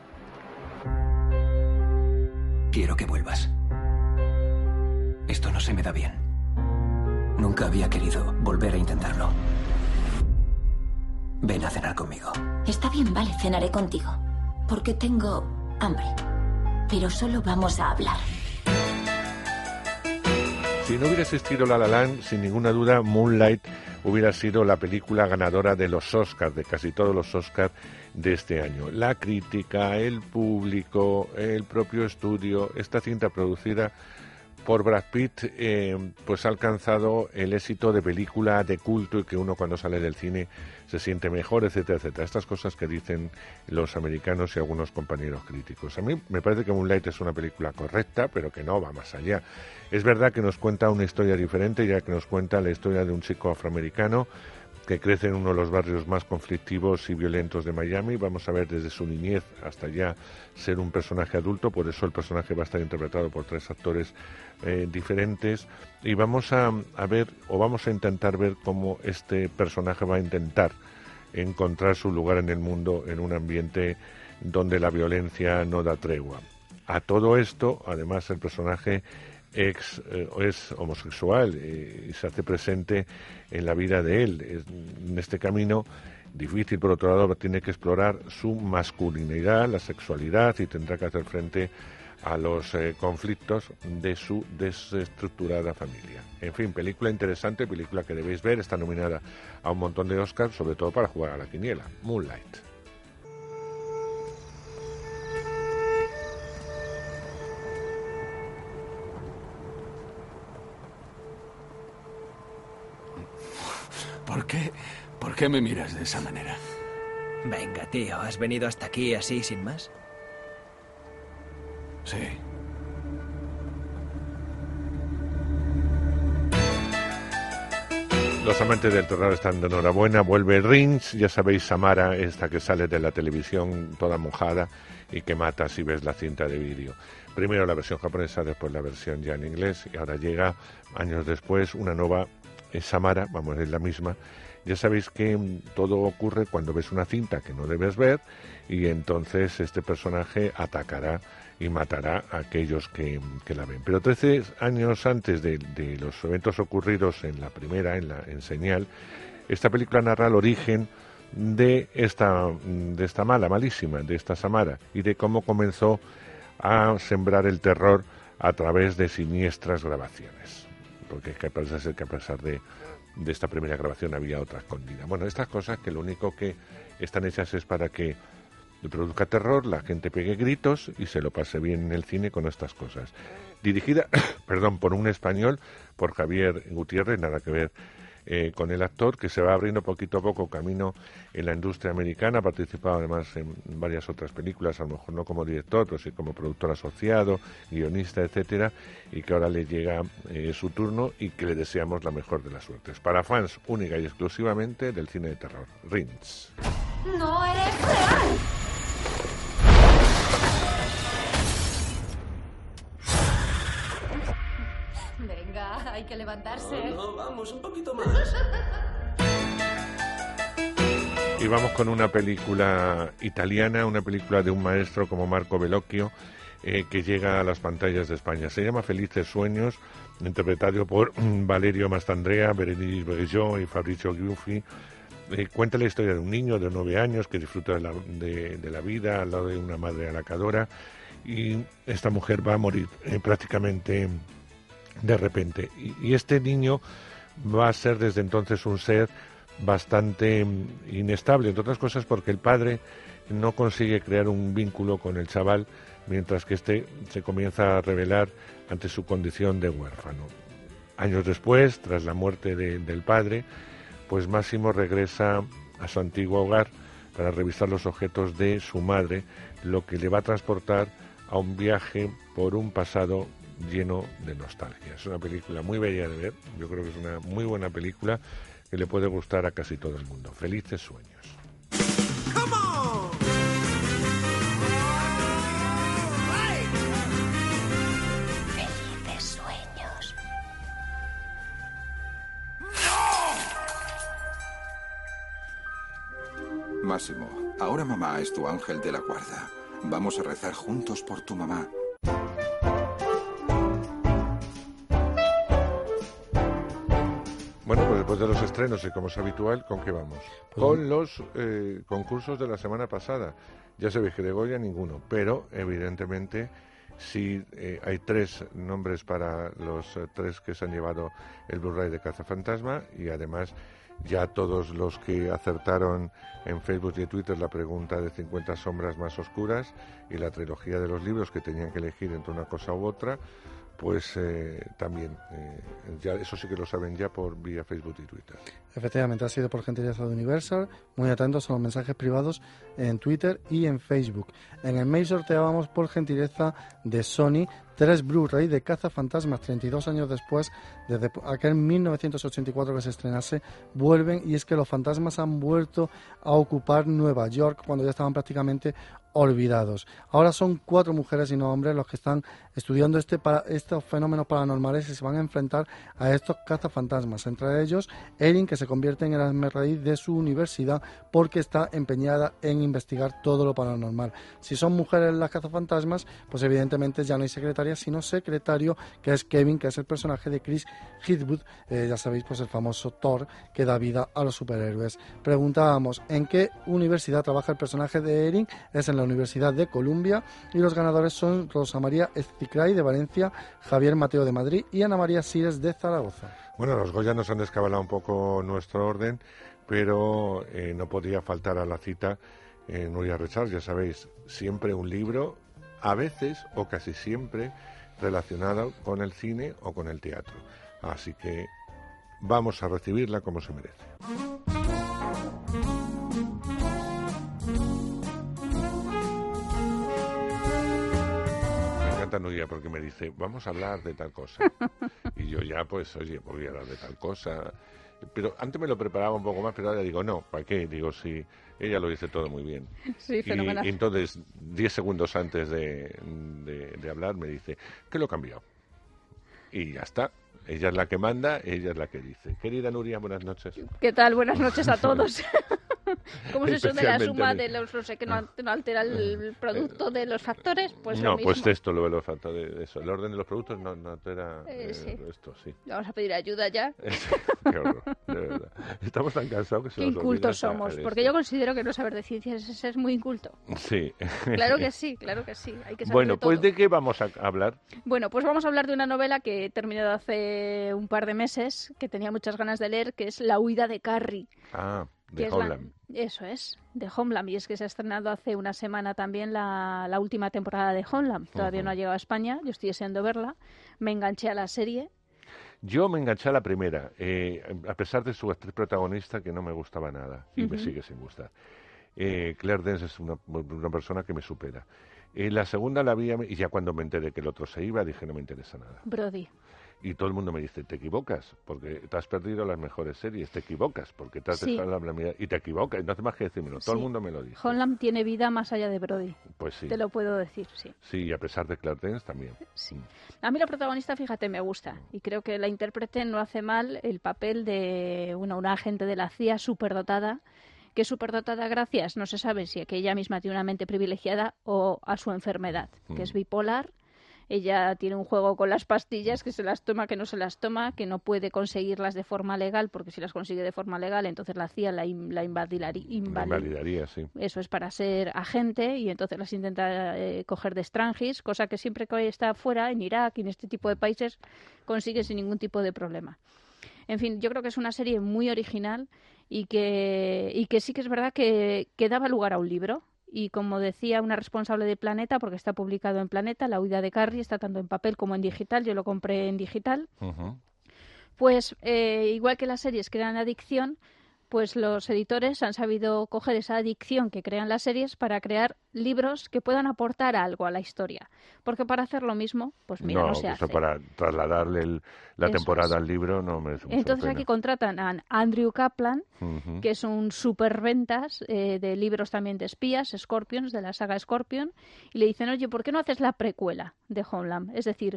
Quiero que vuelvas. Esto no se me da bien. Nunca había querido volver a intentarlo. Ven a cenar conmigo. Está bien, vale, cenaré contigo. Porque tengo hambre. Pero solo vamos a hablar. Si no hubiera existido La La Land, sin ninguna duda, Moonlight hubiera sido la película ganadora de los Oscars, de casi todos los Oscars de este año. La crítica, el público, el propio estudio, esta cinta producida por Brad Pitt, eh, pues ha alcanzado el éxito de película de culto y que uno cuando sale del cine se siente mejor, etcétera, etcétera. Estas cosas que dicen los americanos y algunos compañeros críticos. A mí me parece que Moonlight es una película correcta, pero que no va más allá. Es verdad que nos cuenta una historia diferente, ya que nos cuenta la historia de un chico afroamericano que crece en uno de los barrios más conflictivos y violentos de Miami. Vamos a ver desde su niñez hasta ya ser un personaje adulto, por eso el personaje va a estar interpretado por tres actores eh, diferentes, y vamos a, a ver, o vamos a intentar ver cómo este personaje va a intentar encontrar su lugar en el mundo en un ambiente donde la violencia no da tregua. A todo esto, además, el personaje ex, eh, es homosexual eh, y se hace presente en la vida de él. Es, en este camino difícil, por otro lado, tiene que explorar su masculinidad, la sexualidad, y tendrá que hacer frente a los eh, conflictos de su desestructurada familia. En fin, película interesante, película que debéis ver, está nominada a un montón de Oscars, sobre todo para jugar a la quiniela. Moonlight. ¿Por qué? ¿Por qué me miras de esa manera? Venga, tío, ¿has venido hasta aquí así, sin más? Sí. Los amantes del terror están de enhorabuena. Vuelve Rings, ya sabéis, Samara, esta que sale de la televisión toda mojada y que mata si ves la cinta de vídeo. Primero la versión japonesa, después la versión ya en inglés, y ahora llega, años después, una nueva Samara, vamos a decir la misma. Ya sabéis que todo ocurre cuando ves una cinta que no debes ver, y entonces este personaje atacará y matará a aquellos que, que la ven. Pero trece años antes de, de los eventos ocurridos en la primera, en, la, en Señal, esta película narra el origen de esta, de esta mala, malísima, de esta Samara, y de cómo comenzó a sembrar el terror a través de siniestras grabaciones. Porque es que parece ser que a pesar de, de esta primera grabación había otra escondida. Bueno, estas cosas que lo único que están hechas es para que produzca terror, la gente pegue gritos y se lo pase bien en el cine con estas cosas. Dirigida, perdón, por un español, por Javier Gutiérrez, nada que ver eh, con el actor, que se va abriendo poquito a poco camino en la industria americana. Ha participado además en varias otras películas, a lo mejor no como director, pero sí como productor asociado, guionista, etcétera, y que ahora le llega eh, su turno y que le deseamos la mejor de las suertes. Para fans única y exclusivamente del cine de terror, Rings. ¡No eres real! Venga, hay que levantarse. No, no, vamos, un poquito más. Y vamos con una película italiana, una película de un maestro como Marco Bellocchio, eh, que llega a las pantallas de España. Se llama Felices Sueños, interpretado por Valerio Mastandrea, Berenice Bejo y Fabrizio Guiuffi. Eh, cuenta la historia de un niño de nueve años que disfruta de la, de, de la vida al lado de una madre alacadora, y esta mujer va a morir eh, prácticamente de repente. Y, y este niño va a ser desde entonces un ser bastante inestable, entre otras cosas porque el padre no consigue crear un vínculo con el chaval, mientras que este se comienza a rebelar ante su condición de huérfano. Años después, tras la muerte de, del padre, pues Máximo regresa a su antiguo hogar para revisar los objetos de su madre, lo que le va a transportar a un viaje por un pasado lleno de nostalgia. Es una película muy bella de ver, yo creo que es una muy buena película que le puede gustar a casi todo el mundo. Felices Sueños. Felices sueños. Máximo, ahora mamá es tu ángel de la guarda. Vamos a rezar juntos por tu mamá. Bueno, pues después de los estrenos y como es habitual, ¿con qué vamos? Pues con los eh, concursos de la semana pasada. Ya sabéis que de Goya ninguno, pero evidentemente sí eh, hay tres nombres para los eh, tres que se han llevado el Blu-ray de Cazafantasma, y además ya todos los que acertaron en Facebook y Twitter la pregunta de cincuenta sombras más oscuras y la trilogía de los libros que tenían que elegir entre una cosa u otra, pues eh, también, eh, ya, eso sí que lo saben ya por vía Facebook y Twitter. Efectivamente, ha sido por gentileza de Universal. Muy atentos a los mensajes privados en Twitter y en Facebook. En el mail sorteábamos por gentileza de Sony tres Blu-ray de Cazafantasmas, treinta y dos años después, desde aquel mil novecientos ochenta y cuatro que se estrenase, vuelven, y es que los fantasmas han vuelto a ocupar Nueva York cuando ya estaban prácticamente olvidados. Ahora son cuatro mujeres y no hombres los que están estudiando este para, estos fenómenos paranormales y se van a enfrentar a estos cazafantasmas. Entre ellos, Erin, que se convierte en el hazme raíz de su universidad porque está empeñada en investigar todo lo paranormal. Si son mujeres las cazafantasmas, pues evidentemente ya no hay secretaria, sino secretario, que es Kevin, que es el personaje de Chris Hemsworth, eh, ya sabéis, pues el famoso Thor que da vida a los superhéroes. Preguntábamos ¿en qué universidad trabaja el personaje de Erin? Es en la Universidad de Columbia, y los ganadores son Rosa María Ezcicray de Valencia, Javier Mateo de Madrid y Ana María Sires de Zaragoza. Bueno, los Goya nos han descabalado un poco nuestro orden, pero eh, no podía faltar a la cita eh, Nuria Rechard, ya sabéis, siempre un libro, a veces o casi siempre relacionado con el cine o con el teatro. Así que vamos a recibirla como se merece. Nuria, porque me dice, vamos a hablar de tal cosa. Y yo ya, pues, oye, voy a hablar de tal cosa. Pero antes me lo preparaba un poco más, pero ahora digo, no, ¿para qué? Digo, si ella lo dice todo muy bien. Sí, fenomenal. Y, y entonces, diez segundos antes de, de, de hablar, me dice, que lo he cambiado. Y ya está. Ella es la que manda, ella es la que dice. Querida Nuria, buenas noches. ¿Qué tal? Buenas noches a todos. ¿Cómo es eso de la suma mi... de los, no sé, que no, no altera el producto de los factores? Pues no, lo mismo. pues esto, lo de los factores, eso, el orden de los productos no, no altera eh, eh, sí. esto, sí. Vamos a pedir ayuda ya. Qué horror, de verdad. Estamos tan cansados que se Qué nos olvida. incultos hasta somos, el porque esto. yo considero que no saber de ciencias es ser muy inculto. Sí. Claro que sí, claro que sí. Hay que saber Bueno, de todo. pues ¿de qué vamos a hablar? Bueno, pues vamos a hablar de una novela que he terminado hace un par de meses, que tenía muchas ganas de leer, que es La huida de Carrie. Ah, que de es Homeland. La, eso es, de Homeland. Y es que se ha estrenado hace una semana también la, la última temporada de Homeland. Todavía uh-huh. no ha llegado a España, yo estoy deseando verla. Me enganché a la serie. Yo me enganché a la primera, eh, a pesar de su actriz protagonista, que no me gustaba nada, y uh-huh. me sigue sin gustar. Eh, Claire Danes es una, una persona que me supera. Eh, la segunda la vi, y ya cuando me enteré que el otro se iba, dije, no me interesa nada. Brody. Y todo el mundo me dice, te equivocas, porque te has perdido las mejores series, te equivocas, porque te has sí. dejado la mirada, y te equivocas, y no hace más que decírmelo, todo sí. el mundo me lo dice. Homeland tiene vida más allá de Brody. Pues sí. Te lo puedo decir, sí. Sí, y a pesar de Claire Danes también. Sí. A mí la protagonista, fíjate, me gusta, y creo que la intérprete no hace mal el papel de una, una agente de la C I A superdotada, que es superdotada gracias, no se sabe si a que ella misma tiene una mente privilegiada o a su enfermedad, mm. que es bipolar. Ella tiene un juego con las pastillas, que se las toma, que no se las toma, que no puede conseguirlas de forma legal, porque si las consigue de forma legal, entonces la C I A la, in, la invalidaría, invalid... invalidaría, sí. Eso es para ser agente, y entonces las intenta eh, coger de extranjis, cosa que siempre que está fuera, en Irak y en este tipo de países, consigue sin ningún tipo de problema. En fin, yo creo que es una serie muy original y que, y que sí que es verdad que, que daba lugar a un libro. Y como decía una responsable de Planeta, porque está publicado en Planeta, La huida de Carrie está tanto en papel como en digital, yo lo compré en digital, uh-huh. pues eh, igual que las series crean adicción, pues los editores han sabido coger esa adicción que crean las series para crear libros que puedan aportar algo a la historia. Porque para hacer lo mismo, pues mira, no, no se eso hace. Para trasladarle el, la eso temporada es. al libro no merece mucha Entonces pena. Aquí contratan a Andrew Kaplan, uh-huh. que es un superventas eh, de libros también de espías, Scorpions, de la saga Scorpion, y le dicen, oye, ¿por qué no haces la precuela de Homeland? Es decir,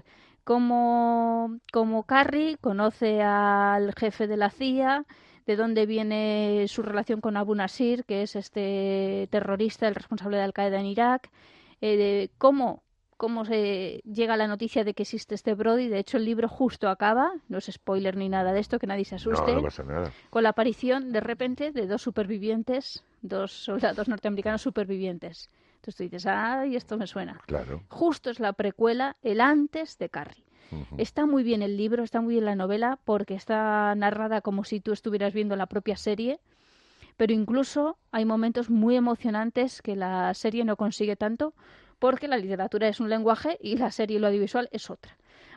como, como Carrie conoce al jefe de la C I A, de dónde viene su relación con Abu Nasir, que es este terrorista, el responsable de Al-Qaeda en Irak, eh, de cómo, cómo se llega a la noticia de que existe este Brody. De hecho, el libro justo acaba, no es spoiler ni nada de esto, que nadie se asuste, no, no pasa nada. Con la aparición, de repente, de dos supervivientes, dos soldados norteamericanos supervivientes. Entonces tú dices, ay, esto me suena. Claro. Justo es la precuela, el antes de Carrie. Uh-huh. Está muy bien el libro, está muy bien la novela, porque está narrada como si tú estuvieras viendo la propia serie, pero incluso hay momentos muy emocionantes que la serie no consigue tanto, porque la literatura es un lenguaje y la serie y lo audiovisual es otra.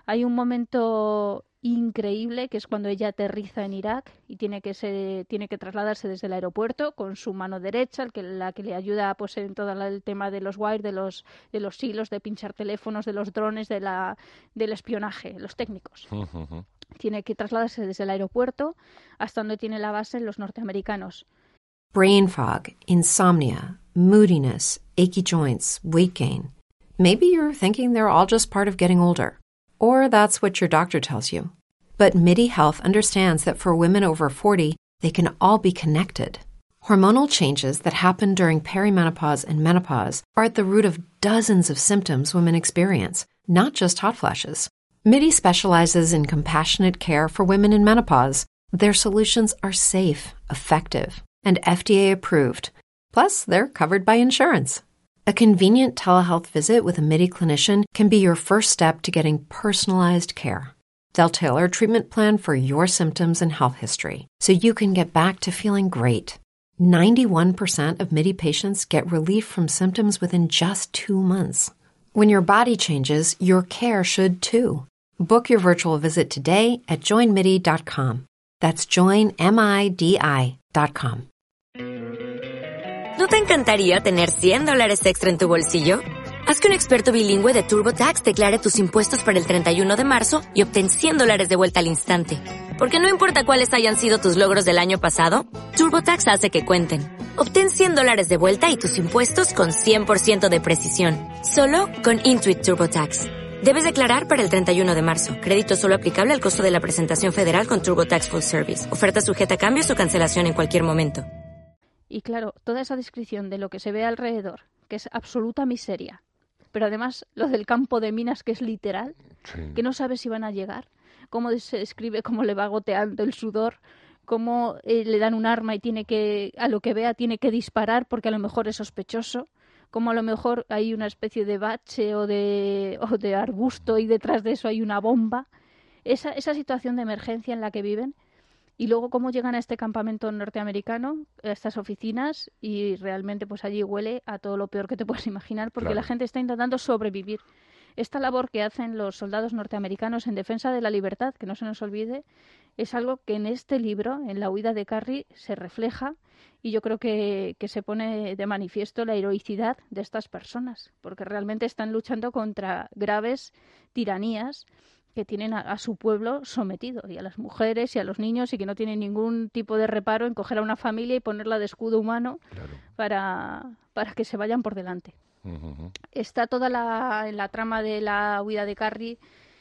Hay un momento increíble que es cuando ella aterriza en Irak y tiene que se, tiene que trasladarse desde el aeropuerto con su mano derecha, el que, la que le ayuda pues en todo el tema de los wires, de los de los hilos, de pinchar teléfonos, de los drones, de la del espionaje, los técnicos. Uh-huh. Tiene que trasladarse desde el aeropuerto hasta donde tiene la base los norteamericanos. Brain fog, insomnia, moodiness, achy joints, weight gain. Maybe you're thinking they're all just part of getting older. Or that's what your doctor tells you. But MIDI Health understands that for women over forty, they can all be connected. Hormonal changes that happen during perimenopause and menopause are at the root of dozens of symptoms women experience, not just hot flashes. MIDI specializes in compassionate care for women in menopause. Their solutions are safe, effective, and F D A approved. Plus, they're covered by insurance. A convenient telehealth visit with a MIDI clinician can be your first step to getting personalized care. They'll tailor a treatment plan for your symptoms and health history, so you can get back to feeling great. ninety-one percent of MIDI patients get relief from symptoms within just two months. When your body changes, your care should too. Book your virtual visit today at join midi dot com. That's join midi dot com. ¿No te encantaría tener cien dólares extra en tu bolsillo? Haz que un experto bilingüe de TurboTax declare tus impuestos para el treinta y uno de marzo y obtén cien dólares de vuelta al instante. Porque no importa cuáles hayan sido tus logros del año pasado, TurboTax hace que cuenten. Obtén cien dólares de vuelta y tus impuestos con cien por ciento de precisión. Solo con Intuit TurboTax. Debes declarar para el treinta y uno de marzo. Crédito solo aplicable al costo de la presentación federal con TurboTax Full Service. Oferta sujeta a cambios o cancelación en cualquier momento. Y claro, toda esa descripción de lo que se ve alrededor, que es absoluta miseria, pero además lo del campo de minas, que es literal, sí. Que no sabes si van a llegar, cómo se describe, cómo le va goteando el sudor, cómo eh, le dan un arma y tiene que, a lo que vea, tiene que disparar porque a lo mejor es sospechoso, como a lo mejor hay una especie de bache o de, o de arbusto y detrás de eso hay una bomba. Esa, esa situación de emergencia en la que viven. Y luego cómo llegan a este campamento norteamericano, a estas oficinas, y realmente pues allí huele a todo lo peor que te puedes imaginar, porque claro, la gente está intentando sobrevivir. Esta labor que hacen los soldados norteamericanos en defensa de la libertad, que no se nos olvide, es algo que en este libro, en La huida de Carrie, se refleja, y yo creo que, que se pone de manifiesto la heroicidad de estas personas, porque realmente están luchando contra graves tiranías que tienen a, a su pueblo sometido, y a las mujeres y a los niños, y que no tienen ningún tipo de reparo en coger a una familia y ponerla de escudo humano, claro, para, para que se vayan por delante. Uh-huh. Está toda la, en la trama de la huida de Carrie,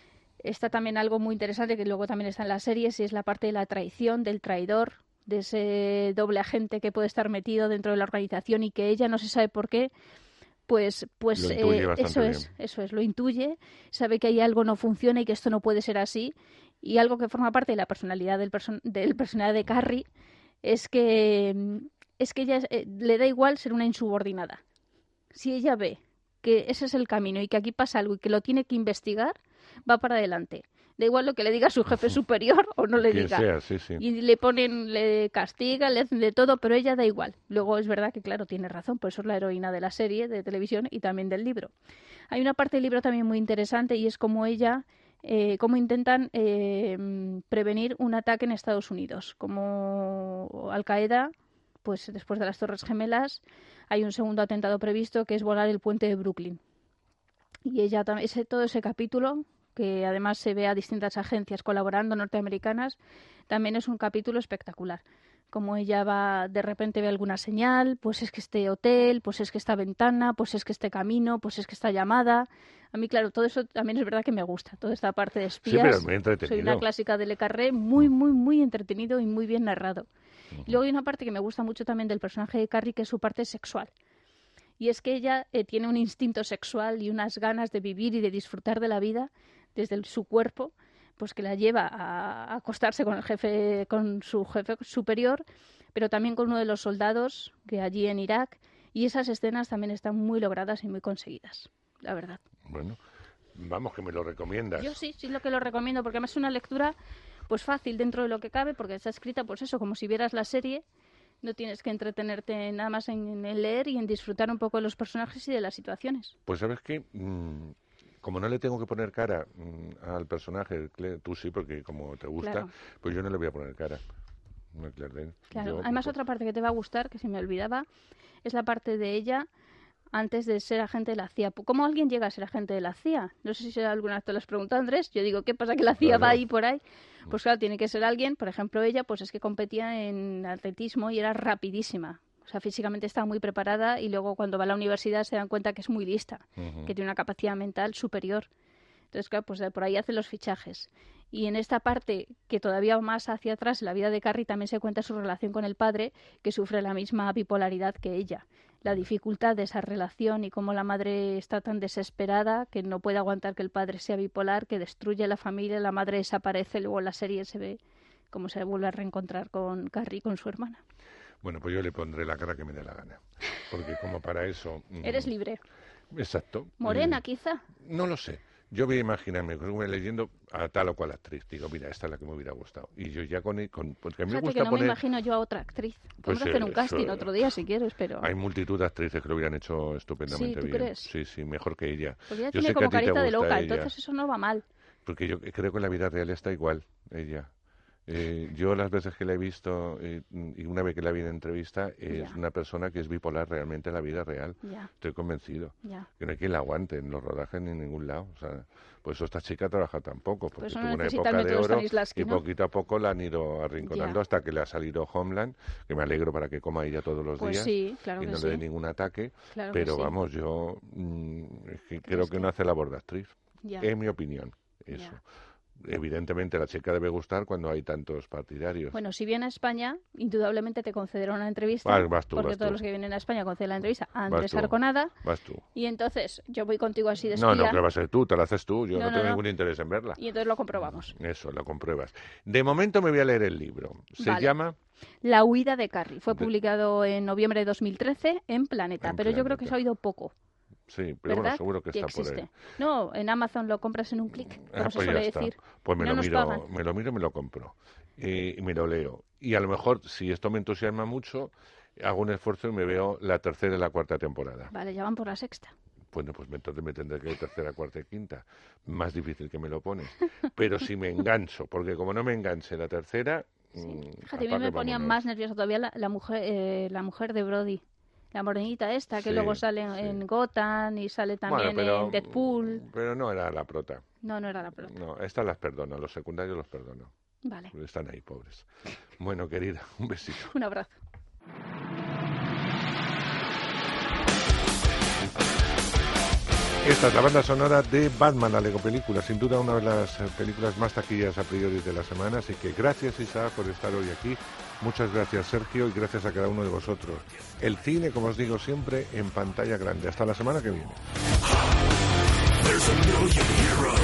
está también algo muy interesante que luego también está en las series, y es la parte de la traición, del traidor, de ese doble agente que puede estar metido dentro de la organización y que ella no se sabe por qué, pues pues eh, eso es, bien. eso es, lo intuye, sabe que hay algo no funciona y que esto no puede ser así, y algo que forma parte de la personalidad del, person- del personaje de Carrie es que es que ella eh, le da igual ser una insubordinada. Si ella ve que ese es el camino y que aquí pasa algo y que lo tiene que investigar, va para adelante. Da igual lo que le diga a su jefe superior o no le diga. Sea, sí, sí. Y le ponen, le castigan, le hacen de todo, pero ella da igual. Luego es verdad que, claro, tiene razón, por eso es la heroína de la serie de televisión y también del libro. Hay una parte del libro también muy interesante, y es cómo ella, eh, cómo intentan eh, prevenir un ataque en Estados Unidos. Como Al-Qaeda, pues después de las Torres Gemelas, hay un segundo atentado previsto, que es volar el puente de Brooklyn. Y ella también, ese, todo ese capítulo, que además se ve a distintas agencias colaborando norteamericanas, también es un capítulo espectacular. Como ella va, de repente ve alguna señal, pues es que este hotel, pues es que esta ventana, pues es que este camino, pues es que esta llamada. A mí, claro, todo eso también es verdad que me gusta, toda esta parte de espías. Sí, pero es muy entretenido. Soy una clásica de Le Carré, muy, muy, muy entretenido y muy bien narrado. Uh-huh. Y luego hay una parte que me gusta mucho también del personaje de Carrie, que es su parte sexual. Y es que ella eh, tiene un instinto sexual y unas ganas de vivir y de disfrutar de la vida desde el, su cuerpo, pues que la lleva a, a acostarse con el jefe, con su jefe superior, pero también con uno de los soldados que allí en Irak, y esas escenas también están muy logradas y muy conseguidas, la verdad. Bueno, vamos, que me lo recomiendas. Yo sí, sí lo que lo recomiendo, porque además es una lectura pues fácil dentro de lo que cabe, porque está escrita pues eso, como si vieras la serie. No tienes que entretenerte nada más en, en leer y en disfrutar un poco de los personajes y de las situaciones. Pues sabes qué, mm, como no le tengo que poner cara mm, al personaje, tú sí, porque como te gusta, claro. pues yo no le voy a poner cara. No, Claire, claro. yo, Además, pues, otra parte que te va a gustar, que se me olvidaba, es la parte de ella antes de ser agente de la C I A. ¿Cómo alguien llega a ser agente de la C I A? No sé si alguna vez te lo has preguntado, Andrés. Yo digo, ¿qué pasa que la C I A claro. va ahí por ahí? Pues claro, tiene que ser alguien, por ejemplo, ella, pues es que competía en atletismo y era rapidísima. O sea, físicamente estaba muy preparada y luego cuando va a la universidad se dan cuenta que es muy lista, uh-huh. que tiene una capacidad mental superior. Entonces, claro, pues por ahí hacen los fichajes. Y en esta parte, que todavía va más hacia atrás, en la vida de Carrie, también se cuenta su relación con el padre, que sufre la misma bipolaridad que ella. La dificultad de esa relación y cómo la madre está tan desesperada que no puede aguantar que el padre sea bipolar, que destruye la familia, la madre desaparece, luego en la serie se ve cómo se vuelve a reencontrar con Carrie y con su hermana. Bueno, pues yo le pondré la cara que me dé la gana, porque como para eso... Eres libre. Exacto. Morena, quizá. No lo sé. Yo voy a imaginarme, voy leyendo a tal o cual actriz. Digo, mira, esta es la que me hubiera gustado. Y yo ya con... con porque a mí Fíjate me gusta que no poner... me imagino yo a otra actriz. Podemos pues, hacer un eh, casting eso, otro día si quieres, pero... Hay multitud de actrices que lo hubieran hecho estupendamente sí, ¿tú bien. crees? Sí, sí, mejor que ella. Porque ella yo tiene sé como que a ti te carita de gusta loca, ella, entonces eso no va mal. Porque yo creo que en la vida real está igual, ella. Eh, yo las veces que la he visto eh, y una vez que la vi en entrevista es ya. una persona que es bipolar realmente en la vida real. Ya. Estoy convencido. Ya. Que no hay quien la aguante en los rodajes ni en ningún lado. O sea, por eso esta chica trabaja tan poco, porque pues tuvo no una época de oro Stanislavski, y ¿no? poquito a poco la han ido arrinconando ya. hasta que le ha salido Homeland, que me alegro para que coma ella todos los pues días sí, claro y que no sí. le dé ningún ataque. Claro pero sí. vamos, yo mm, es que creo que, que no hace labor de actriz. Ya. Es mi opinión, eso. Ya. Evidentemente la chica debe gustar cuando hay tantos partidarios. Bueno, si viene a España, indudablemente te concederá una entrevista, vas, vas tú, porque vas todos tú. los que vienen a España conceden la entrevista a Andrés Vas tú, Arconada. Vas tú. Y entonces yo voy contigo así de espía. No, no, que va a ser tú, te la haces tú, yo no, no, no tengo no. ningún interés en verla. Y entonces lo comprobamos. Eso, lo compruebas. De momento me voy a leer el libro. Se vale. llama... La huida de Carrie. Fue de... publicado en noviembre de dos mil trece en Planeta, en pero Planeta. yo creo que se ha oído poco. Sí, pero ¿verdad? bueno, seguro que está existe. por ahí. No, en Amazon lo compras en un clic, como Ah, se pues suele ya está. decir. Pues me, no lo nos miro, pagan. me lo miro y me lo compro. Eh, y me lo leo. Y a lo mejor, si esto me entusiasma mucho, hago un esfuerzo y me veo la tercera y la cuarta temporada. Vale, ya van por la sexta. Bueno, pues entonces me tendré que ir tercera, cuarta y quinta. Más difícil que me lo pones. Pero si me engancho, porque como no me enganche la tercera... Sí. Mmm, Fíjate, a mí me ponía más nerviosa todavía la, la, mujer, eh, la mujer de Brody. La morenita esta, que sí, luego sale en, sí. en Gotham y sale también bueno, pero, en Deadpool. Pero no era la prota. No, no era la prota. No, estas las perdono, los secundarios los perdono. Vale. Están ahí, pobres. Bueno, querida, un besito. Un abrazo. Esta es la banda sonora de Batman, la Lego película, sin duda una de las películas más taquillas a priori de la semana, así que gracias Isaac por estar hoy aquí, muchas gracias Sergio y gracias a cada uno de vosotros. El cine, como os digo siempre, en pantalla grande. Hasta la semana que viene.